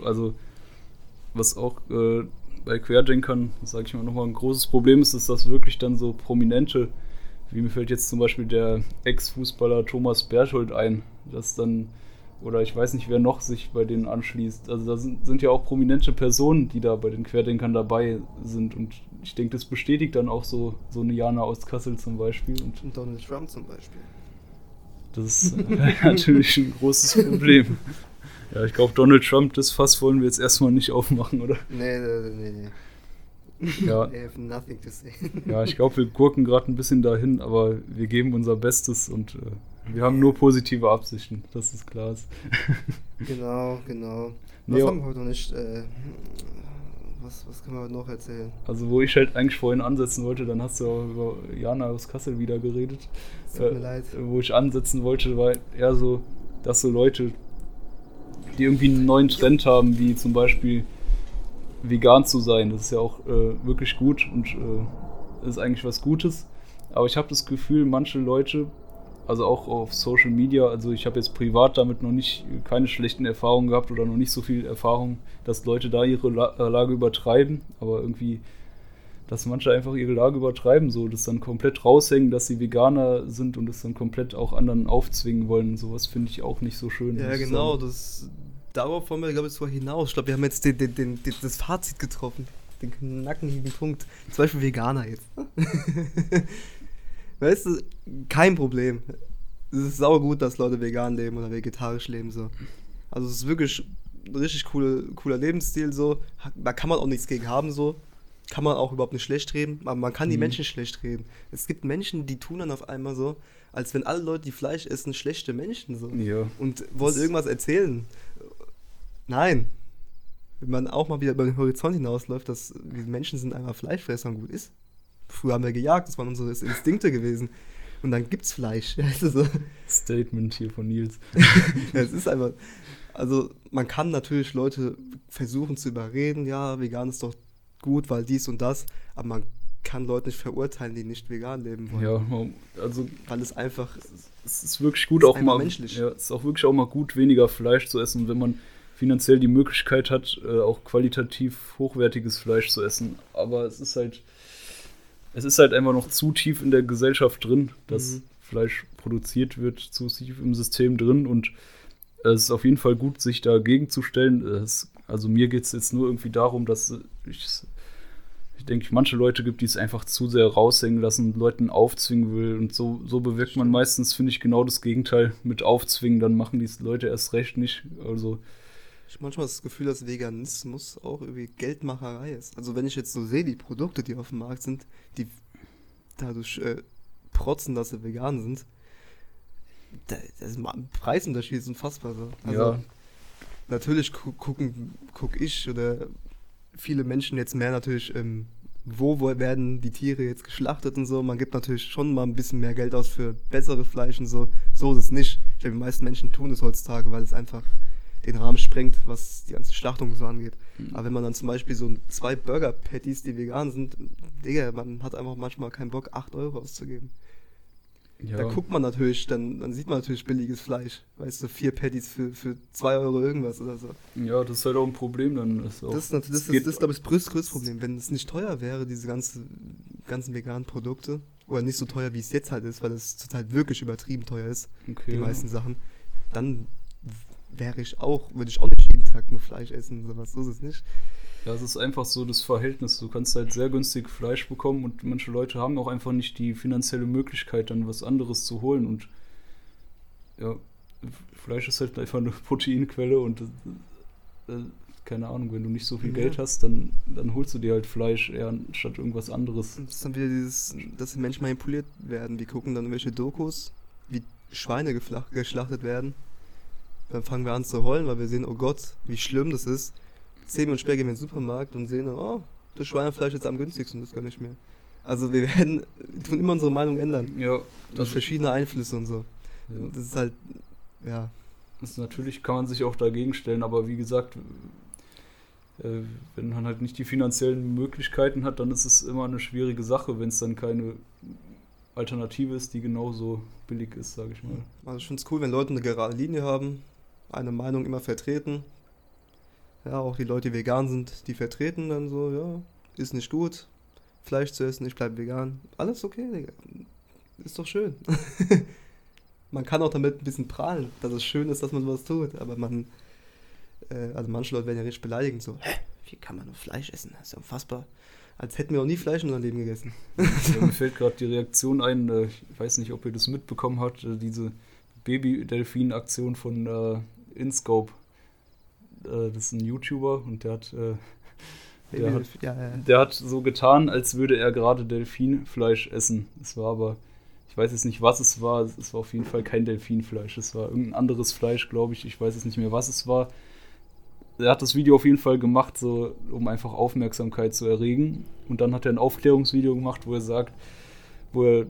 bei Querdenkern, sage ich mal, nochmal ein großes Problem ist, dass wirklich dann so Prominente, wie mir fällt jetzt zum Beispiel der Ex-Fußballer Thomas Berthold ein, dass dann oder ich weiß nicht, wer noch sich bei denen anschließt. Also da sind ja auch prominente Personen, die da bei den Querdenkern dabei sind. Und ich denke, das bestätigt dann auch so eine Jana aus Kassel zum Beispiel. Und Donald Trump zum Beispiel. Das ist natürlich ein großes Problem. Ja, ich glaube, Donald Trump, das Fass wollen wir jetzt erstmal nicht aufmachen, oder? Nee. Ja. I have nothing to say. Ja, ich glaube, wir gurken gerade ein bisschen dahin, aber wir geben unser Bestes und wir haben nur positive Absichten, dass es klar ist. Genau. Nee, Was haben wir heute noch nicht? Was können wir heute noch erzählen? Also wo ich halt eigentlich vorhin ansetzen wollte, dann hast du auch über Jana aus Kassel wieder geredet. Tut mir leid. Wo ich ansetzen wollte, war eher so, dass so Leute, die irgendwie einen neuen Trend haben, wie zum Beispiel vegan zu sein, das ist ja auch wirklich gut und ist eigentlich was Gutes. Aber ich habe das Gefühl, manche Leute, also auch auf Social Media, also ich habe jetzt privat damit noch nicht keine schlechten Erfahrungen gehabt oder noch nicht so viel Erfahrung, dass Leute da ihre Lage übertreiben, aber irgendwie, dass manche einfach ihre Lage übertreiben, so das dann komplett raushängen, dass sie Veganer sind und das dann komplett auch anderen aufzwingen wollen. Sowas finde ich auch nicht so schön. Ja, genau, darauf wollen wir, glaube ich, so hinaus. Ich glaube, wir haben jetzt das Fazit getroffen, den knackenhieben Punkt. Zum Beispiel Veganer jetzt. Weißt du, kein Problem. Es ist saugut, dass Leute vegan leben oder vegetarisch leben, so. Also es ist wirklich ein richtig cooler Lebensstil, so. Da kann man auch nichts gegen haben, so. Kann man auch überhaupt nicht schlecht reden, aber man kann die Menschen schlecht reden. Es gibt Menschen, die tun dann auf einmal so, als wenn alle Leute, die Fleisch essen, schlechte Menschen so. Ja. Und wollen irgendwas erzählen. Nein. Wenn man auch mal wieder über den Horizont hinausläuft, dass wir Menschen sind einfach Fleischfresser und gut ist. Früher haben wir gejagt, das waren unsere Instinkte gewesen. Und dann gibt's Fleisch. So. Statement hier von Nils. Ja, es ist einfach, also man kann natürlich Leute versuchen zu überreden, ja, vegan ist doch gut, weil dies und das, aber man kann Leute nicht verurteilen, die nicht vegan leben wollen. Ja, also weil es einfach, es ist wirklich gut auch mal menschlich. Ja, es ist auch wirklich auch mal gut, weniger Fleisch zu essen, wenn man finanziell die Möglichkeit hat, auch qualitativ hochwertiges Fleisch zu essen. Aber es ist halt einfach noch zu tief in der Gesellschaft drin, dass Fleisch produziert wird, zu tief im System drin und es ist auf jeden Fall gut, sich dagegen zu stellen. Also mir geht es jetzt nur irgendwie darum, dass ich denke, manche Leute gibt, die es einfach zu sehr raushängen lassen, Leuten aufzwingen will und so bewirkt man meistens, finde ich, genau das Gegenteil mit aufzwingen, dann machen die Leute erst recht nicht. Also ich habe manchmal das Gefühl, dass Veganismus auch irgendwie Geldmacherei ist. Also wenn ich jetzt so sehe, die Produkte, die auf dem Markt sind, die dadurch protzen, dass sie vegan sind, der Preisunterschied ist unfassbar. So. Also ja. Natürlich guck ich oder viele Menschen jetzt mehr natürlich, wo werden die Tiere jetzt geschlachtet und so. Man gibt natürlich schon mal ein bisschen mehr Geld aus für bessere Fleisch und so. So ist es nicht. Ich glaube, die meisten Menschen tun es heutzutage, weil es einfach den Rahmen sprengt, was die ganze Schlachtung so angeht. Aber wenn man dann zum Beispiel so 2 Burger-Patties, die vegan sind, Digga, man hat einfach manchmal keinen Bock, 8 Euro auszugeben. Ja. Da guckt man natürlich, dann sieht man natürlich billiges Fleisch. Weißt du, 4 Patties für 2 Euro irgendwas oder so. Ja, das ist halt auch ein Problem dann. Das ist, glaube ich, das größte Problem. Wenn es nicht teuer wäre, diese ganzen veganen Produkte, oder nicht so teuer, wie es jetzt halt ist, weil es zurzeit wirklich übertrieben teuer ist, die meisten Sachen, dann würde ich auch nicht jeden Tag nur Fleisch essen, sowas, so ist es nicht. Ja, es ist einfach so das Verhältnis. Du kannst halt sehr günstig Fleisch bekommen und manche Leute haben auch einfach nicht die finanzielle Möglichkeit, dann was anderes zu holen. Und ja, Fleisch ist halt einfach eine Proteinquelle und keine Ahnung, wenn du nicht so viel Geld hast, dann holst du dir halt Fleisch eher anstatt irgendwas anderes. Und das ist dann wieder dass die Menschen manipuliert werden. Wir gucken dann welche Dokus, wie Schweine geschlachtet werden. Dann fangen wir an zu heulen, weil wir sehen, oh Gott, wie schlimm das ist. 10 Minuten später gehen wir in den Supermarkt und sehen, oh, das Schweinefleisch ist am günstigsten, das kann ich mehr. Also wir tun immer unsere Meinung ändern. Ja. Durch verschiedene Einflüsse und so. Ja. Das ist halt, ja. Natürlich kann man sich auch dagegen stellen, aber wie gesagt, wenn man halt nicht die finanziellen Möglichkeiten hat, dann ist es immer eine schwierige Sache, wenn es dann keine Alternative ist, die genauso billig ist, sage ich mal. Also ich finde es cool, wenn Leute eine gerade Linie haben, eine Meinung immer vertreten. Ja, auch die Leute, die vegan sind, die vertreten dann so, ja, ist nicht gut, Fleisch zu essen, ich bleib vegan. Alles okay, Digga. Ist doch schön. man kann auch damit ein bisschen prahlen, dass es schön ist, dass man sowas tut, aber also manche Leute werden ja richtig beleidigend, so, hä, wie kann man nur Fleisch essen? Das ist ja unfassbar. Als hätten wir noch nie Fleisch in unserem Leben gegessen. Ja, mir fällt gerade die Reaktion ein, ich weiß nicht, ob ihr das mitbekommen habt, diese Baby-Delfin-Aktion von InScope. Das ist ein YouTuber und der hat so getan, als würde er gerade Delfinfleisch essen. Es war aber, ich weiß jetzt nicht, was es war. Es war auf jeden Fall kein Delfinfleisch. Es war irgendein anderes Fleisch, glaube ich. Ich weiß jetzt nicht mehr, was es war. Er hat das Video auf jeden Fall gemacht, so, um einfach Aufmerksamkeit zu erregen. Und dann hat er ein Aufklärungsvideo gemacht, wo er sagt, wie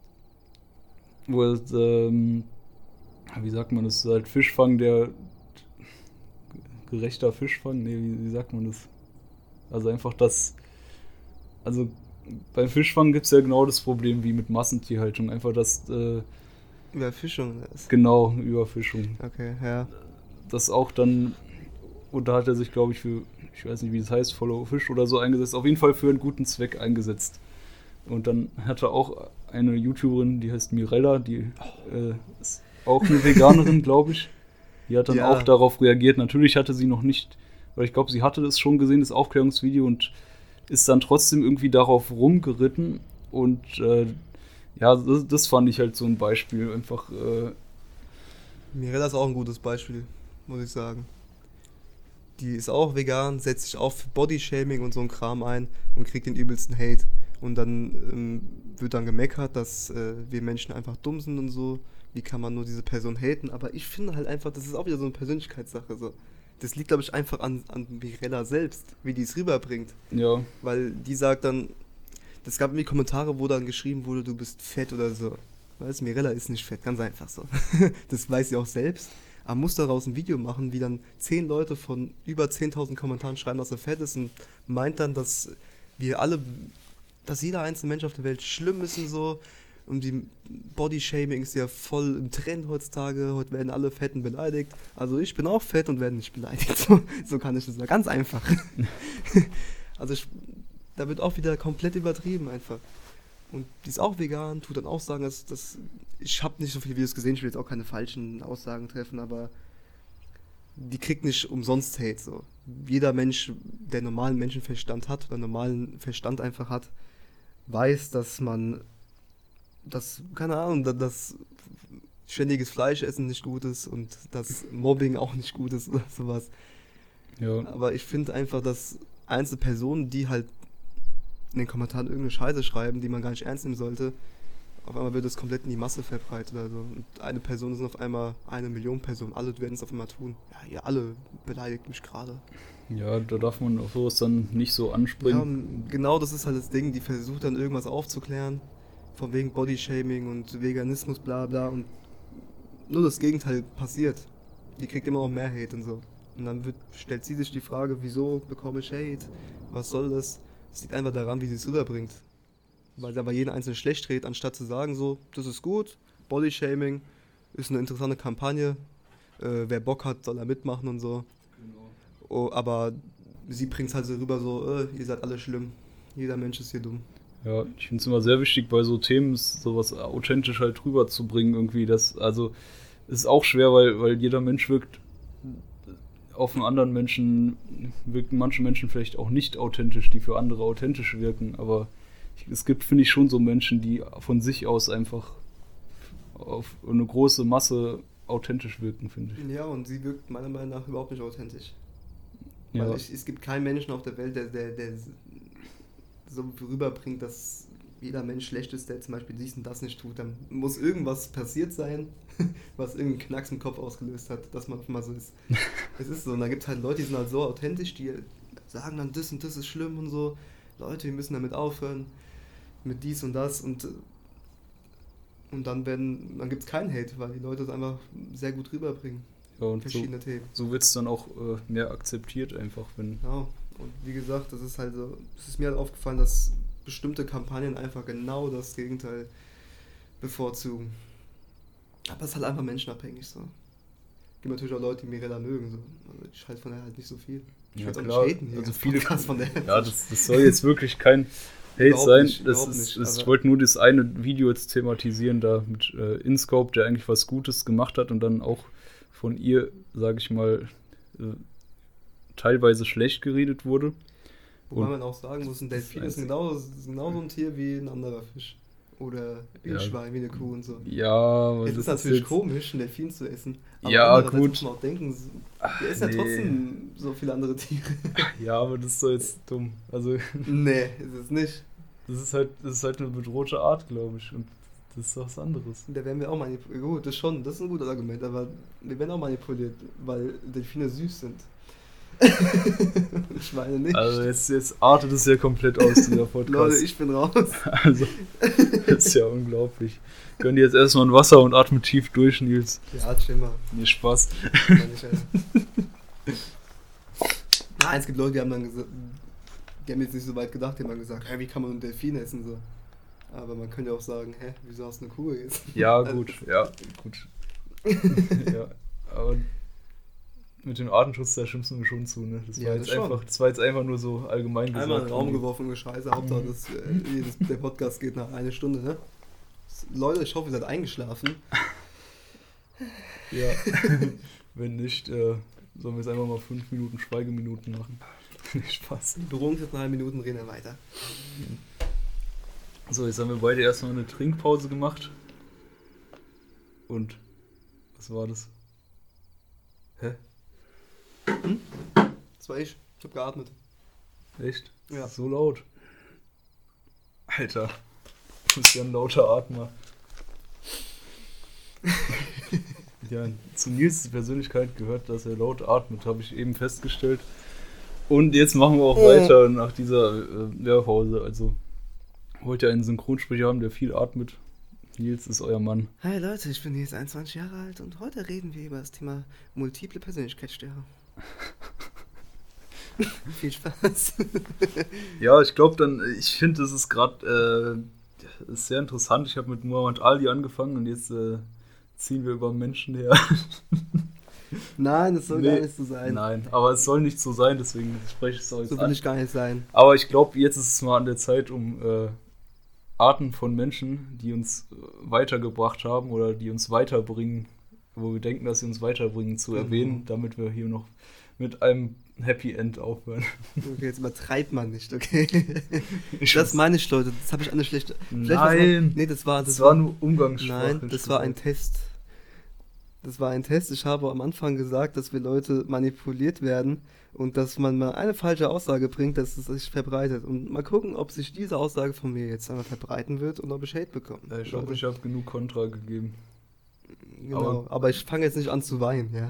sagt man das, halt Fischfang, der gerechter Fischfang? Nee, wie sagt man das? Also einfach also beim Fischfang gibt es ja genau das Problem wie mit Massentierhaltung. Einfach Überfischung. Genau, Überfischung. Okay, ja. Das auch dann, und da hat er sich, glaube ich, ich weiß nicht, wie das heißt, Follow Fish oder so eingesetzt, auf jeden Fall für einen guten Zweck eingesetzt. Und dann hat er auch eine YouTuberin, die heißt Mirella, die ist auch eine Veganerin, glaube ich. Die hat dann auch darauf reagiert. Natürlich hatte sie noch nicht, weil ich glaube, sie hatte das schon gesehen, das Aufklärungsvideo, und ist dann trotzdem irgendwie darauf rumgeritten. Und das fand ich halt so ein Beispiel. Einfach. Mirella ist auch ein gutes Beispiel, muss ich sagen. Die ist auch vegan, setzt sich auch für Bodyshaming und so ein Kram ein und kriegt den übelsten Hate. Und dann wird dann gemeckert, dass wir Menschen einfach dumm sind und so. Wie kann man nur diese Person haten? Aber ich finde halt einfach, das ist auch wieder so eine Persönlichkeitssache. So. Das liegt, glaube ich, einfach an Mirella selbst, wie die es rüberbringt. Ja. Weil die sagt dann, es gab irgendwie Kommentare, wo dann geschrieben wurde, du bist fett oder so. Weißt du, Mirella ist nicht fett, ganz einfach so. Das weiß sie auch selbst. Aber muss daraus ein Video machen, wie dann 10 Leute von über 10.000 Kommentaren schreiben, dass er fett ist, und meint dann, dass jeder einzelne Mensch auf der Welt schlimm ist und so. Und die Bodyshaming ist ja voll im Trend heutzutage. Heute werden alle Fetten beleidigt. Also ich bin auch fett und werde nicht beleidigt. So kann ich das sagen. Ganz einfach. Also da wird auch wieder komplett übertrieben einfach. Und die ist auch vegan, tut dann auch sagen, dass ich habe nicht so viele Videos gesehen, ich will jetzt auch keine falschen Aussagen treffen, aber die kriegt nicht umsonst Hate. So. Jeder Mensch, der normalen Menschenverstand hat oder normalen Verstand einfach hat, weiß, dass ständiges Fleischessen nicht gut ist und dass Mobbing auch nicht gut ist oder sowas. Ja. Aber ich finde einfach, dass einzelne Personen, die halt in den Kommentaren irgendeine Scheiße schreiben, die man gar nicht ernst nehmen sollte, auf einmal wird das komplett in die Masse verbreitet oder so. Und eine Person sind auf einmal 1 Million Personen. Alle werden es auf einmal tun. Ja, ihr alle beleidigt mich gerade. Ja, da darf man auf sowas dann nicht so anspringen. Ja, genau, das ist halt das Ding. Die versucht dann irgendwas aufzuklären. Von wegen Bodyshaming und Veganismus, bla bla. Und nur das Gegenteil passiert. Die kriegt immer noch mehr Hate und so. Und dann stellt sie sich die Frage, wieso bekomme ich Hate? Was soll das? Es liegt einfach daran, wie sie es rüberbringt. Weil sie aber jeden einzelnen schlecht redet, anstatt zu sagen so, das ist gut, Bodyshaming ist eine interessante Kampagne, wer Bock hat, soll er mitmachen und so. Genau. Oh, aber sie bringt es halt so rüber so, ihr seid alle schlimm, jeder Mensch ist hier dumm. Ja, ich finde es immer sehr wichtig, bei so Themen sowas authentisch halt rüberzubringen irgendwie. Also ist auch schwer, weil jeder Mensch wirkt auf einen anderen Menschen, wirken manche Menschen vielleicht auch nicht authentisch, die für andere authentisch wirken, aber es gibt, finde ich, schon so Menschen, die von sich aus einfach auf eine große Masse authentisch wirken, finde ich. Ja, und sie wirkt meiner Meinung nach überhaupt nicht authentisch. Ja. Weil es gibt keinen Menschen auf der Welt, der so rüberbringt, dass jeder Mensch schlecht ist, der zum Beispiel dies und das nicht tut. Dann muss irgendwas passiert sein, was irgendeinen Knacks im Kopf ausgelöst hat, dass man mal so ist. Es ist so. Und da gibt es halt Leute, die sind halt so authentisch, die sagen dann, das und das ist schlimm und so. Leute, wir müssen damit aufhören, mit dies und das. Und dann gibt es keinen Hate, weil die Leute es einfach sehr gut rüberbringen. Ja, und verschiedene Themen. So wird es dann auch mehr akzeptiert einfach, wenn... Ja, und wie gesagt, das ist halt so, es ist mir halt aufgefallen, dass bestimmte Kampagnen einfach genau das Gegenteil bevorzugen. Aber es ist halt einfach menschenabhängig so. Es gibt natürlich auch Leute, die Mirella mögen. So. Also ich halte von der halt nicht so viel. Ich Ja, will auch klar. nicht haten hier. Also viele von der. Ja, das soll jetzt wirklich kein Hate sein. Nicht, ich wollte nur das eine Video jetzt thematisieren, da mit InScope, der eigentlich was Gutes gemacht hat und dann auch von ihr, sage ich mal, teilweise schlecht geredet wurde. Wobei man auch sagen muss, ein Delfin ist genauso ein Tier wie ein anderer Fisch. Oder wie ein Schwein, wie eine Kuh und so. Ja, es ist natürlich komisch, einen Delfin zu essen. Aber ja, gut. muss man auch denken, der ist ja trotzdem so viele andere Tiere. Ja, aber das ist doch jetzt dumm. Also, nee, ist es nicht. Das ist halt eine bedrohte Art, glaube ich. Und das ist was anderes. Da werden wir auch manipuliert. Gut, das ist ein gutes Argument, aber wir werden auch manipuliert, weil Delfine süß sind. Schweine nicht. Also jetzt artet es ja komplett aus, dieser Podcast. Leute, ich bin raus. Also, das ist ja unglaublich. Gönn dir jetzt erstmal ein Wasser und atme tief durch, Nils. Ja, chill mal. Nee, Spaß. Nein, es gibt Leute, die haben dann gesagt, die haben jetzt nicht so weit gedacht, die haben dann gesagt, wie kann man einen Delfin essen so? Aber man könnte auch sagen, wieso hast du eine Kuh gegessen? Ja, gut, ja. Aber mit dem Artenschutz, da stimmst du mir schon zu, ne? Das war jetzt einfach nur so allgemein gesagt. Einmal in den Raum geworfen, Scheiße, Hauptsache, der Podcast geht nach einer Stunde, ne? Leute, ich hoffe, ihr seid eingeschlafen. Ja, wenn nicht, sollen wir jetzt einfach mal 5 Minuten Schweigeminuten machen. Spaß. Beruhigt nach 1 Minuten, reden wir weiter. So, jetzt haben wir beide erstmal eine Trinkpause gemacht. Und, was war das? Hä? Das war ich hab geatmet. Echt? Ja. Das ist so laut. Alter, du bist ja ein lauter Atmer. Ja, zu Nils' Persönlichkeit gehört, dass er laut atmet, habe ich eben festgestellt. Und jetzt machen wir auch weiter nach dieser Werbepause. Also, wollt ihr einen Synchronsprecher haben, der viel atmet? Nils ist euer Mann. Hi Leute, ich bin Nils, 21 Jahre alt und heute reden wir über das Thema multiple Persönlichkeitsstörung. Viel Spaß. Ja, ich finde, das ist gerade sehr interessant. Ich habe mit Muhammad Ali angefangen und jetzt ziehen wir über Menschen her. Nein, das soll gar nicht so sein. Nein, aber es soll nicht so sein, deswegen spreche ich es auch jetzt an. So will ich gar nicht sein. Aber ich glaube, jetzt ist es mal an der Zeit, um Arten von Menschen, die uns weitergebracht haben oder die uns weiterbringen, wo wir denken, dass sie uns weiterbringen, zu erwähnen, damit wir hier noch mit einem Happy End aufhören. Okay, jetzt übertreibt man nicht, okay? Das meine ich, Leute, das habe ich alles schlecht... Nein! Das war nur Umgangssprache. Nein, das war ein Test. Das war ein Test. Ich habe am Anfang gesagt, dass wir Leute manipuliert werden und dass man mal eine falsche Aussage bringt, dass es sich verbreitet. Und mal gucken, ob sich diese Aussage von mir jetzt einmal verbreiten wird und ob ich Hate bekomme. Ja, ich glaube, ich habe genug Kontra gegeben. Genau, aber ich fange jetzt nicht an zu weinen, ja.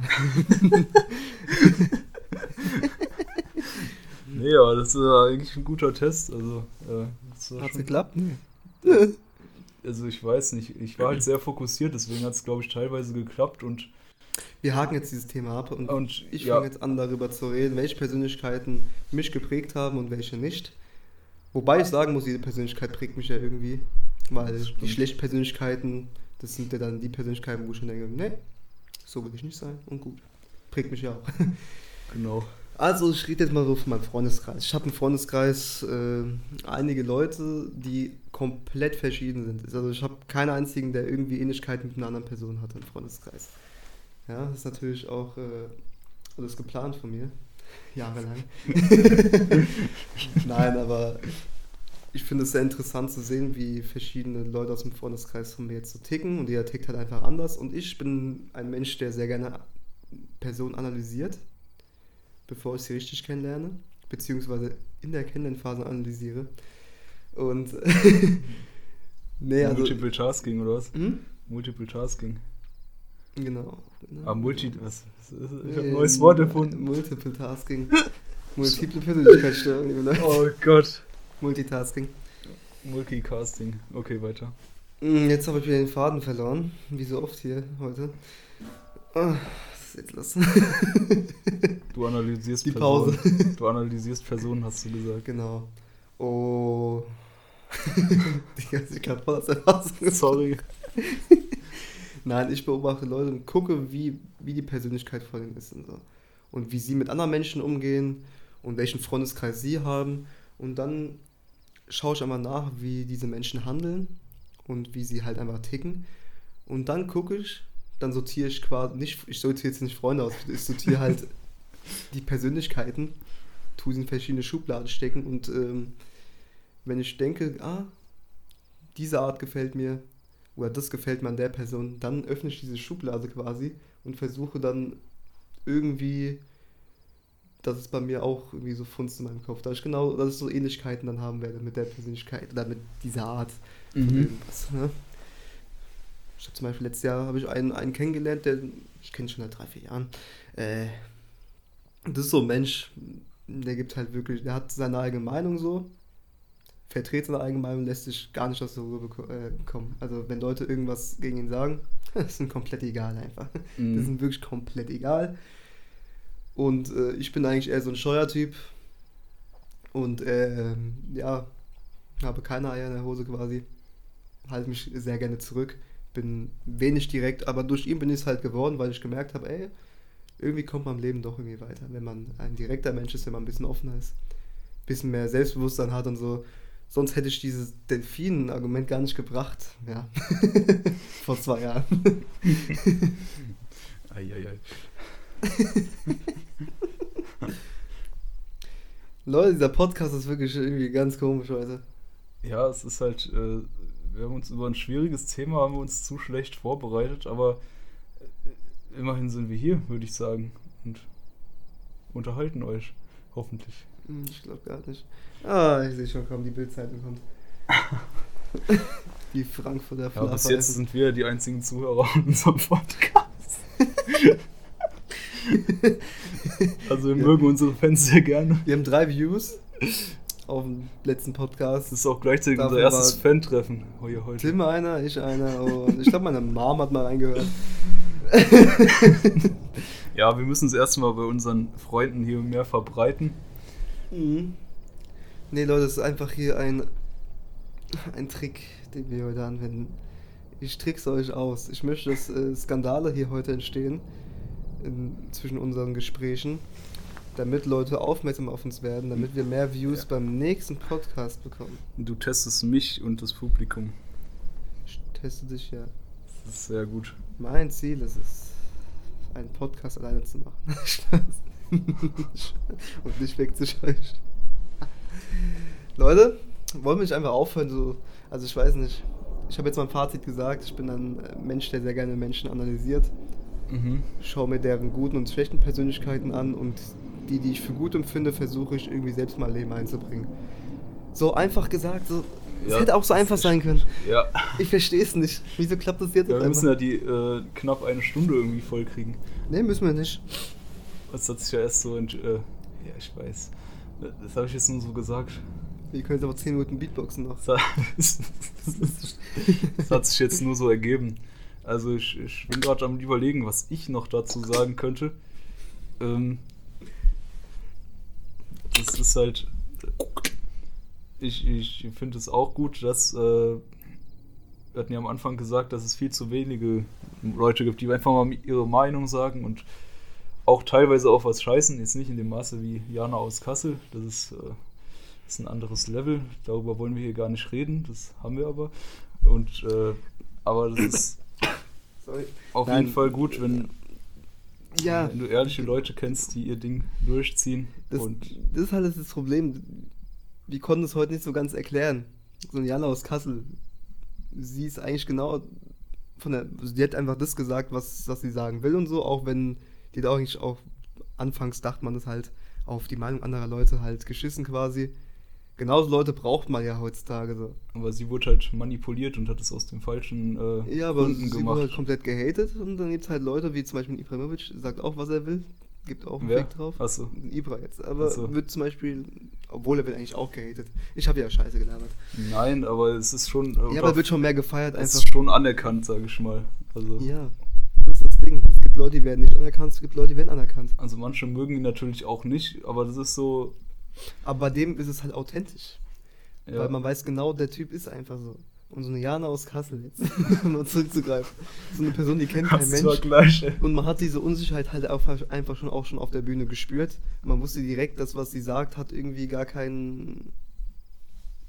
Nee, aber das ist eigentlich ein guter Test. Also, hat's geklappt? Nee. Also ich weiß nicht, ich war halt sehr fokussiert, deswegen hat es, glaube ich, teilweise geklappt und... Wir haken jetzt dieses Thema ab und ich fange jetzt an, darüber zu reden, welche Persönlichkeiten mich geprägt haben und welche nicht. Wobei ich sagen muss, jede Persönlichkeit prägt mich ja irgendwie, weil die schlechten Persönlichkeiten, das sind ja dann die Persönlichkeiten, wo ich schon denke, nee, so will ich nicht sein und gut, prägt mich ja auch. Genau. Also ich rede jetzt mal so von meinem Freundeskreis. Ich habe einen Freundeskreis, einige Leute, die komplett verschieden sind. Also ich habe keinen einzigen, der irgendwie Ähnlichkeiten mit einer anderen Person hat im Freundeskreis. Ja, das ist natürlich auch alles geplant von mir, jahrelang. Nein, aber ich finde es sehr interessant zu sehen, wie verschiedene Leute aus dem Freundeskreis von mir jetzt so ticken und jeder tickt halt einfach anders. Und ich bin ein Mensch, der sehr gerne Personen analysiert, bevor ich sie richtig kennenlerne, beziehungsweise in der Kennenlernphase analysiere. Und Multiple Tasking oder was? Multiple Tasking. Genau. Was? Ich habe ein neues Wort erfunden. Multiple Tasking. Multiple Persönlichkeitsstörung, liebe Leute. Oh Gott. Multitasking. Multicasting. Okay, weiter. Jetzt habe ich wieder den Faden verloren. Wie so oft hier heute. Was ist jetzt los? Du analysierst die Pause. Personen. Du analysierst Personen, hast du gesagt. Genau. Oh. Ich glaube voll aus der Fassung. Sorry. Nein, ich beobachte Leute und gucke, wie die Persönlichkeit von ihnen ist und so. Und wie sie mit anderen Menschen umgehen und welchen Freundeskreis sie haben. Und dann schaue ich einmal nach, wie diese Menschen handeln und wie sie halt einfach ticken. Und dann gucke ich, dann sortiere ich quasi, ich sortiere jetzt nicht Freunde aus, ich sortiere halt die Persönlichkeiten, tue sie in verschiedene Schubladen stecken und wenn ich denke, diese Art gefällt mir oder das gefällt mir an der Person, dann öffne ich diese Schublade quasi und versuche dann irgendwie, dass es bei mir auch irgendwie so funzt in meinem Kopf, dass ich so Ähnlichkeiten dann haben werde mit der Persönlichkeit oder mit dieser Art von irgendwas. Ne? Ich habe zum Beispiel letztes Jahr einen kennengelernt, ich kenne ihn schon seit 3-4 Jahren. Das ist so ein Mensch, der hat seine eigene Meinung so, vertritt seine eigene Meinung, lässt sich gar nicht aus der Ruhe kommen. Also wenn Leute irgendwas gegen ihn sagen, das ist ihm komplett egal einfach. Das ist ihm wirklich komplett egal. Und ich bin eigentlich eher so ein Scheuertyp und habe keine Eier in der Hose quasi, halte mich sehr gerne zurück, bin wenig direkt, aber durch ihn bin ich es halt geworden, weil ich gemerkt habe, irgendwie kommt man im Leben doch irgendwie weiter, wenn man ein direkter Mensch ist, wenn man ein bisschen offener ist, ein bisschen mehr Selbstbewusstsein hat und so. Sonst hätte ich dieses Delfinen-Argument gar nicht gebracht, ja, vor 2 Jahren. Eieiei. Leute, dieser Podcast ist wirklich irgendwie ganz komisch heute. Ja, es ist halt, wir haben uns über ein schwieriges Thema, haben wir uns zu schlecht vorbereitet, aber immerhin sind wir hier, würde ich sagen, und unterhalten euch, hoffentlich. Ich glaube gar nicht. Ich sehe schon, die Bild-Zeitung kommt. Die Frankfurter Flachpfeifen. Ja, bis jetzt sind wir die einzigen Zuhörer in unserem Podcast. Also wir mögen unsere Fans sehr gerne. Wir haben 3 Views auf dem letzten Podcast. Das ist auch gleichzeitig unser erstes Fan-Treffen heute. Tim einer, ich einer und ich glaube meine Mom hat mal reingehört. Ja, wir müssen es erstmal bei unseren Freunden hier mehr verbreiten. Nee, Leute, das ist einfach hier ein Trick, den wir heute anwenden. Ich trickse euch aus. Ich möchte, dass Skandale hier heute entstehen zwischen unseren Gesprächen, damit Leute aufmerksam auf uns werden, damit wir mehr Views beim nächsten Podcast bekommen. Du testest mich und das Publikum. Ich teste dich, ja. Das ist sehr gut. Mein Ziel ist es, einen Podcast alleine zu machen. Und nicht wegzuscheuchen. Leute, wollen wir nicht einfach aufhören? Also ich weiß nicht. Ich habe jetzt mal ein Fazit gesagt. Ich bin ein Mensch, der sehr gerne Menschen analysiert. Schaue mir deren guten und schlechten Persönlichkeiten an und die ich für gut empfinde, versuche ich irgendwie selbst mein Leben einzubringen. So einfach gesagt, so. Es hätte auch so einfach sein können. Ja. Ich verstehe es nicht. Wieso klappt das jetzt? Ja, wir müssen ja die knapp 1 Stunde irgendwie voll kriegen. Nee, müssen wir nicht. Das hat sich ja erst so... ja, ich weiß. Das habe ich jetzt nur so gesagt. Wir können jetzt aber 10 Minuten Beatboxen noch. Das hat sich jetzt nur so ergeben. Also ich bin gerade am Überlegen, was ich noch dazu sagen könnte. Das ist halt... Ich finde es auch gut, dass... wir hatten ja am Anfang gesagt, dass es viel zu wenige Leute gibt, die einfach mal ihre Meinung sagen und auch teilweise auf was scheißen. Jetzt nicht in dem Maße wie Jana aus Kassel. Das ist ein anderes Level. Darüber wollen wir hier gar nicht reden. Das haben wir aber. Und aber das ist auf jeden Fall gut, wenn du ehrliche Leute kennst, die ihr Ding durchziehen. Das ist halt das Problem. Wir konnten es heute nicht so ganz erklären. So eine Jana aus Kassel. Sie ist eigentlich genau sie hat einfach das gesagt, was sie sagen will und so, auch wenn die da eigentlich auch anfangs dachte man das halt auf die Meinung anderer Leute halt geschissen quasi. Genauso Leute braucht man ja heutzutage so. Aber sie wurde halt manipuliert und hat es aus den falschen Gründen gemacht. Aber sie wurde halt komplett gehatet und dann gibt es halt Leute wie zum Beispiel Ibrahimovic, sagt auch, was er will. Gibt auch einen Weg drauf. Achso. Ibra jetzt. Aber wird zum Beispiel, obwohl er wird eigentlich auch gehatet. Ich habe ja Scheiße gelabert. Nein, aber es ist schon... Ja, aber wird schon mehr gefeiert einfach. Es ist schon anerkannt, sage ich mal. Also, ja, das ist das Ding. Es gibt Leute, die werden nicht anerkannt, es gibt Leute, die werden anerkannt. Also manche mögen ihn natürlich auch nicht, aber das ist so... Aber bei dem ist es halt authentisch. Ja. Weil man weiß genau, der Typ ist einfach so. Und so eine Jana aus Kassel jetzt, um mal zurückzugreifen. So eine Person, die kennt kein Mensch. Gleich, und man hat diese Unsicherheit halt einfach schon auf der Bühne gespürt. Man wusste direkt, dass was sie sagt, hat irgendwie gar keinen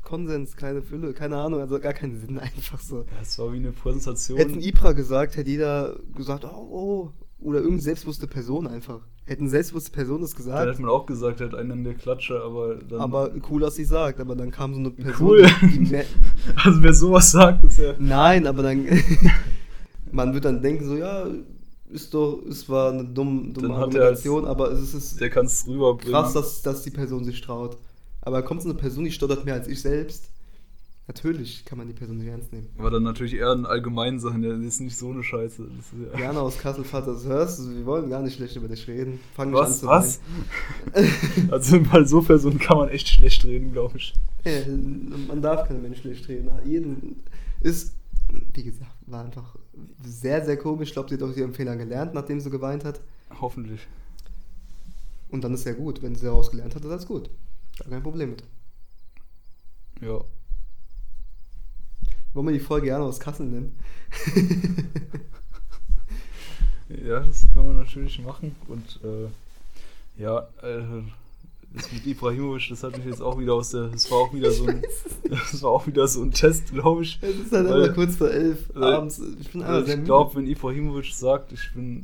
Konsens, kleine Fülle, keine Ahnung, also gar keinen Sinn, einfach so. Ja, es war wie eine Präsentation. Hätten Ibra gesagt, hätte jeder gesagt, oh, oder irgendeine selbstbewusste Person einfach. Hätten selbstbewusste Person das Dann gesagt. hätte man auch gesagt, er hat einen an der Klatsche, aber dann... Aber cool, dass sie sagt, aber dann kam so eine Person, Cool. die mehr, Also wer sowas sagt, ist ja... nein, aber dann, man wird dann denken so, ja, es war eine dumme Dann hat er Argumentation, aber es ist Der kann es rüberbringen. krass, dass die Person sich traut. Aber kommt so eine Person, die stottert mehr als ich selbst, natürlich kann man die Person nicht ernst nehmen. War dann natürlich eher ein allgemein Sachen, das ist nicht so eine Scheiße. Das ist ja... Jana aus Kassel, falls du das hörst, wir wollen gar nicht schlecht über dich reden. Fang nicht Was? an zu Was? Also bei so Personen kann man echt schlecht reden, glaube ich. Man darf keine Menschen schlecht reden. Jeden ist, wie gesagt, war einfach sehr, sehr komisch. Ich glaube, sie hat aus ihrem Fehler gelernt, nachdem sie geweint hat. Hoffentlich. Und dann ist ja gut. Wenn sie daraus gelernt hat, ist alles gut. Gar kein Problem mit. Ja. Wollen wir die Folge Jana aus Kassel nennen? Ja, das kann man natürlich machen. Und das mit Ibrahimovic, das hat mich jetzt auch wieder das war auch wieder so ein Test, glaube ich. Es ist halt immer kurz vor 11 abends. Ich bin einfach sehr Ich müde. glaube, wenn Ibrahimovic sagt, ich bin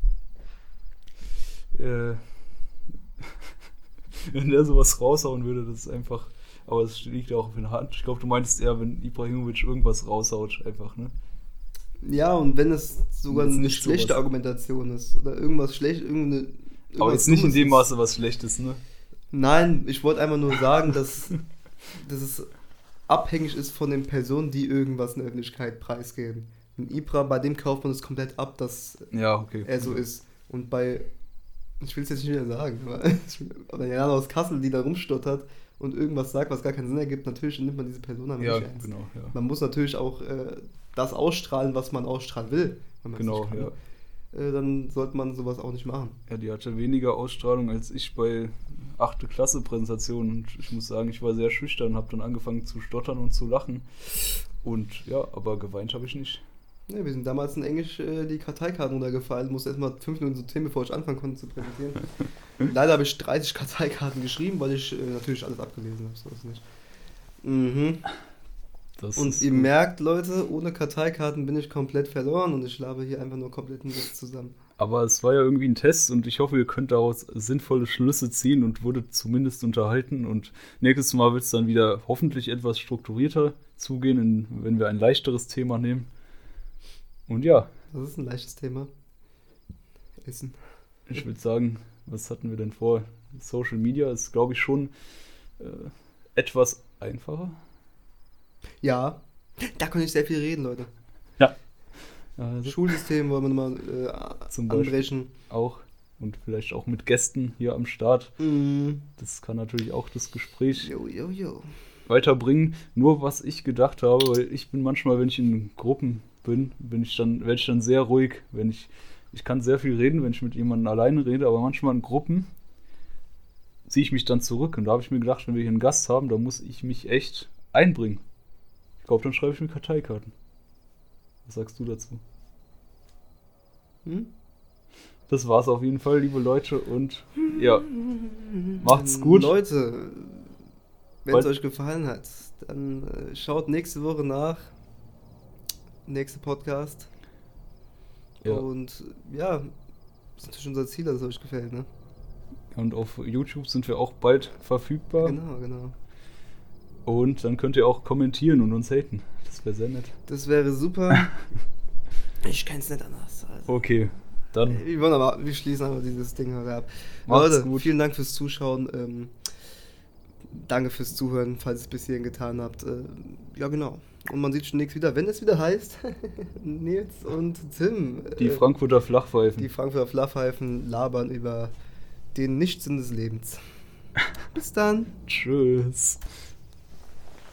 wenn der sowas raushauen würde, das ist einfach, aber es liegt ja auch auf der Hand. Ich glaube, du meintest eher, wenn Ibrahimovic irgendwas raushaut, einfach, ne? Ja, und wenn es sogar Jetzt eine nicht schlechte sowas. Argumentation ist oder irgendwas schlecht, Aber irgendwas jetzt nicht in Dummes dem ist. Maße was Schlechtes, ne? Nein, ich wollte einfach nur sagen, dass es abhängig ist von den Personen, die irgendwas in der Öffentlichkeit preisgeben. Und Ibra, bei dem kauft man es komplett ab, dass Ja, okay. er so ist. Und ich will es jetzt nicht wieder sagen, aber Jana aus Kassel, die da rumstottert und irgendwas sagt, was gar keinen Sinn ergibt, natürlich nimmt man diese Person aber Ja, nicht ernst. genau, ja. Man muss natürlich auch das ausstrahlen, was man ausstrahlen will. Wenn man es Genau, nicht kann. ja. Dann sollte man sowas auch nicht machen. Ja, die hatte weniger Ausstrahlung als ich bei 8. Klasse Präsentationen. Und ich muss sagen, ich war sehr schüchtern, habe dann angefangen zu stottern und zu lachen. Und ja, aber geweint habe ich nicht. Ja, wir sind damals in Englisch die Karteikarten runtergefallen, musste erstmal 5 Minuten sortieren, bevor ich anfangen konnte zu präsentieren. Leider habe ich 30 Karteikarten geschrieben, weil ich natürlich alles abgelesen habe, so ist nicht. Mhm. Das Und ist ihr gut. merkt, Leute, ohne Karteikarten bin ich komplett verloren und ich labe hier einfach nur komplett einen Witz zusammen. Aber es war ja irgendwie ein Test und ich hoffe, ihr könnt daraus sinnvolle Schlüsse ziehen und wurdet zumindest unterhalten. Und nächstes Mal wird es dann wieder hoffentlich etwas strukturierter zugehen, wenn wir ein leichteres Thema nehmen. Und ja, Das ist ein leichtes Thema. Essen. ich würde sagen, was hatten wir denn vor? Social Media ist, glaube ich, schon etwas einfacher. Ja, da kann ich sehr viel reden, Leute. Ja. Also Schulsystem wollen wir nochmal Zum Beispiel. anbrechen. auch und vielleicht auch mit Gästen hier am Start. Mhm. Das kann natürlich auch das Gespräch Jo. weiterbringen. Nur was ich gedacht habe, weil ich bin manchmal, wenn ich in Gruppen bin, werde ich dann sehr ruhig. Ich kann sehr viel reden, wenn ich mit jemandem alleine rede, aber manchmal in Gruppen ziehe ich mich dann zurück. Und da habe ich mir gedacht, wenn wir hier einen Gast haben, da muss ich mich echt einbringen. Ich glaube, dann schreibe ich mir Karteikarten. Was sagst du dazu? Hm? Das war's auf jeden Fall, liebe Leute, und ja, macht's gut. Leute, wenn es Bald- euch gefallen hat, dann schaut nächste Woche nach. Nächster Podcast. Ja. Und ja, das ist natürlich unser Ziel, dass es euch gefällt, ne? Und auf YouTube sind wir auch bald verfügbar. Genau. Und dann könnt ihr auch kommentieren und uns haten. Das wäre sehr nett. Das wäre super. Ich kenn's nicht anders. Also. Okay, dann Wir schließen aber dieses Ding heute ab. Macht's Leute, gut. vielen Dank fürs Zuschauen. Danke fürs Zuhören, falls ihr es bis hierhin getan habt. Ja, genau. Und man sieht schon nichts wieder, wenn es wieder heißt Nils und Tim. die Frankfurter Flachpfeifen. Die Frankfurter Flachpfeifen labern über den Nichtsinn des Lebens. Bis dann. Tschüss.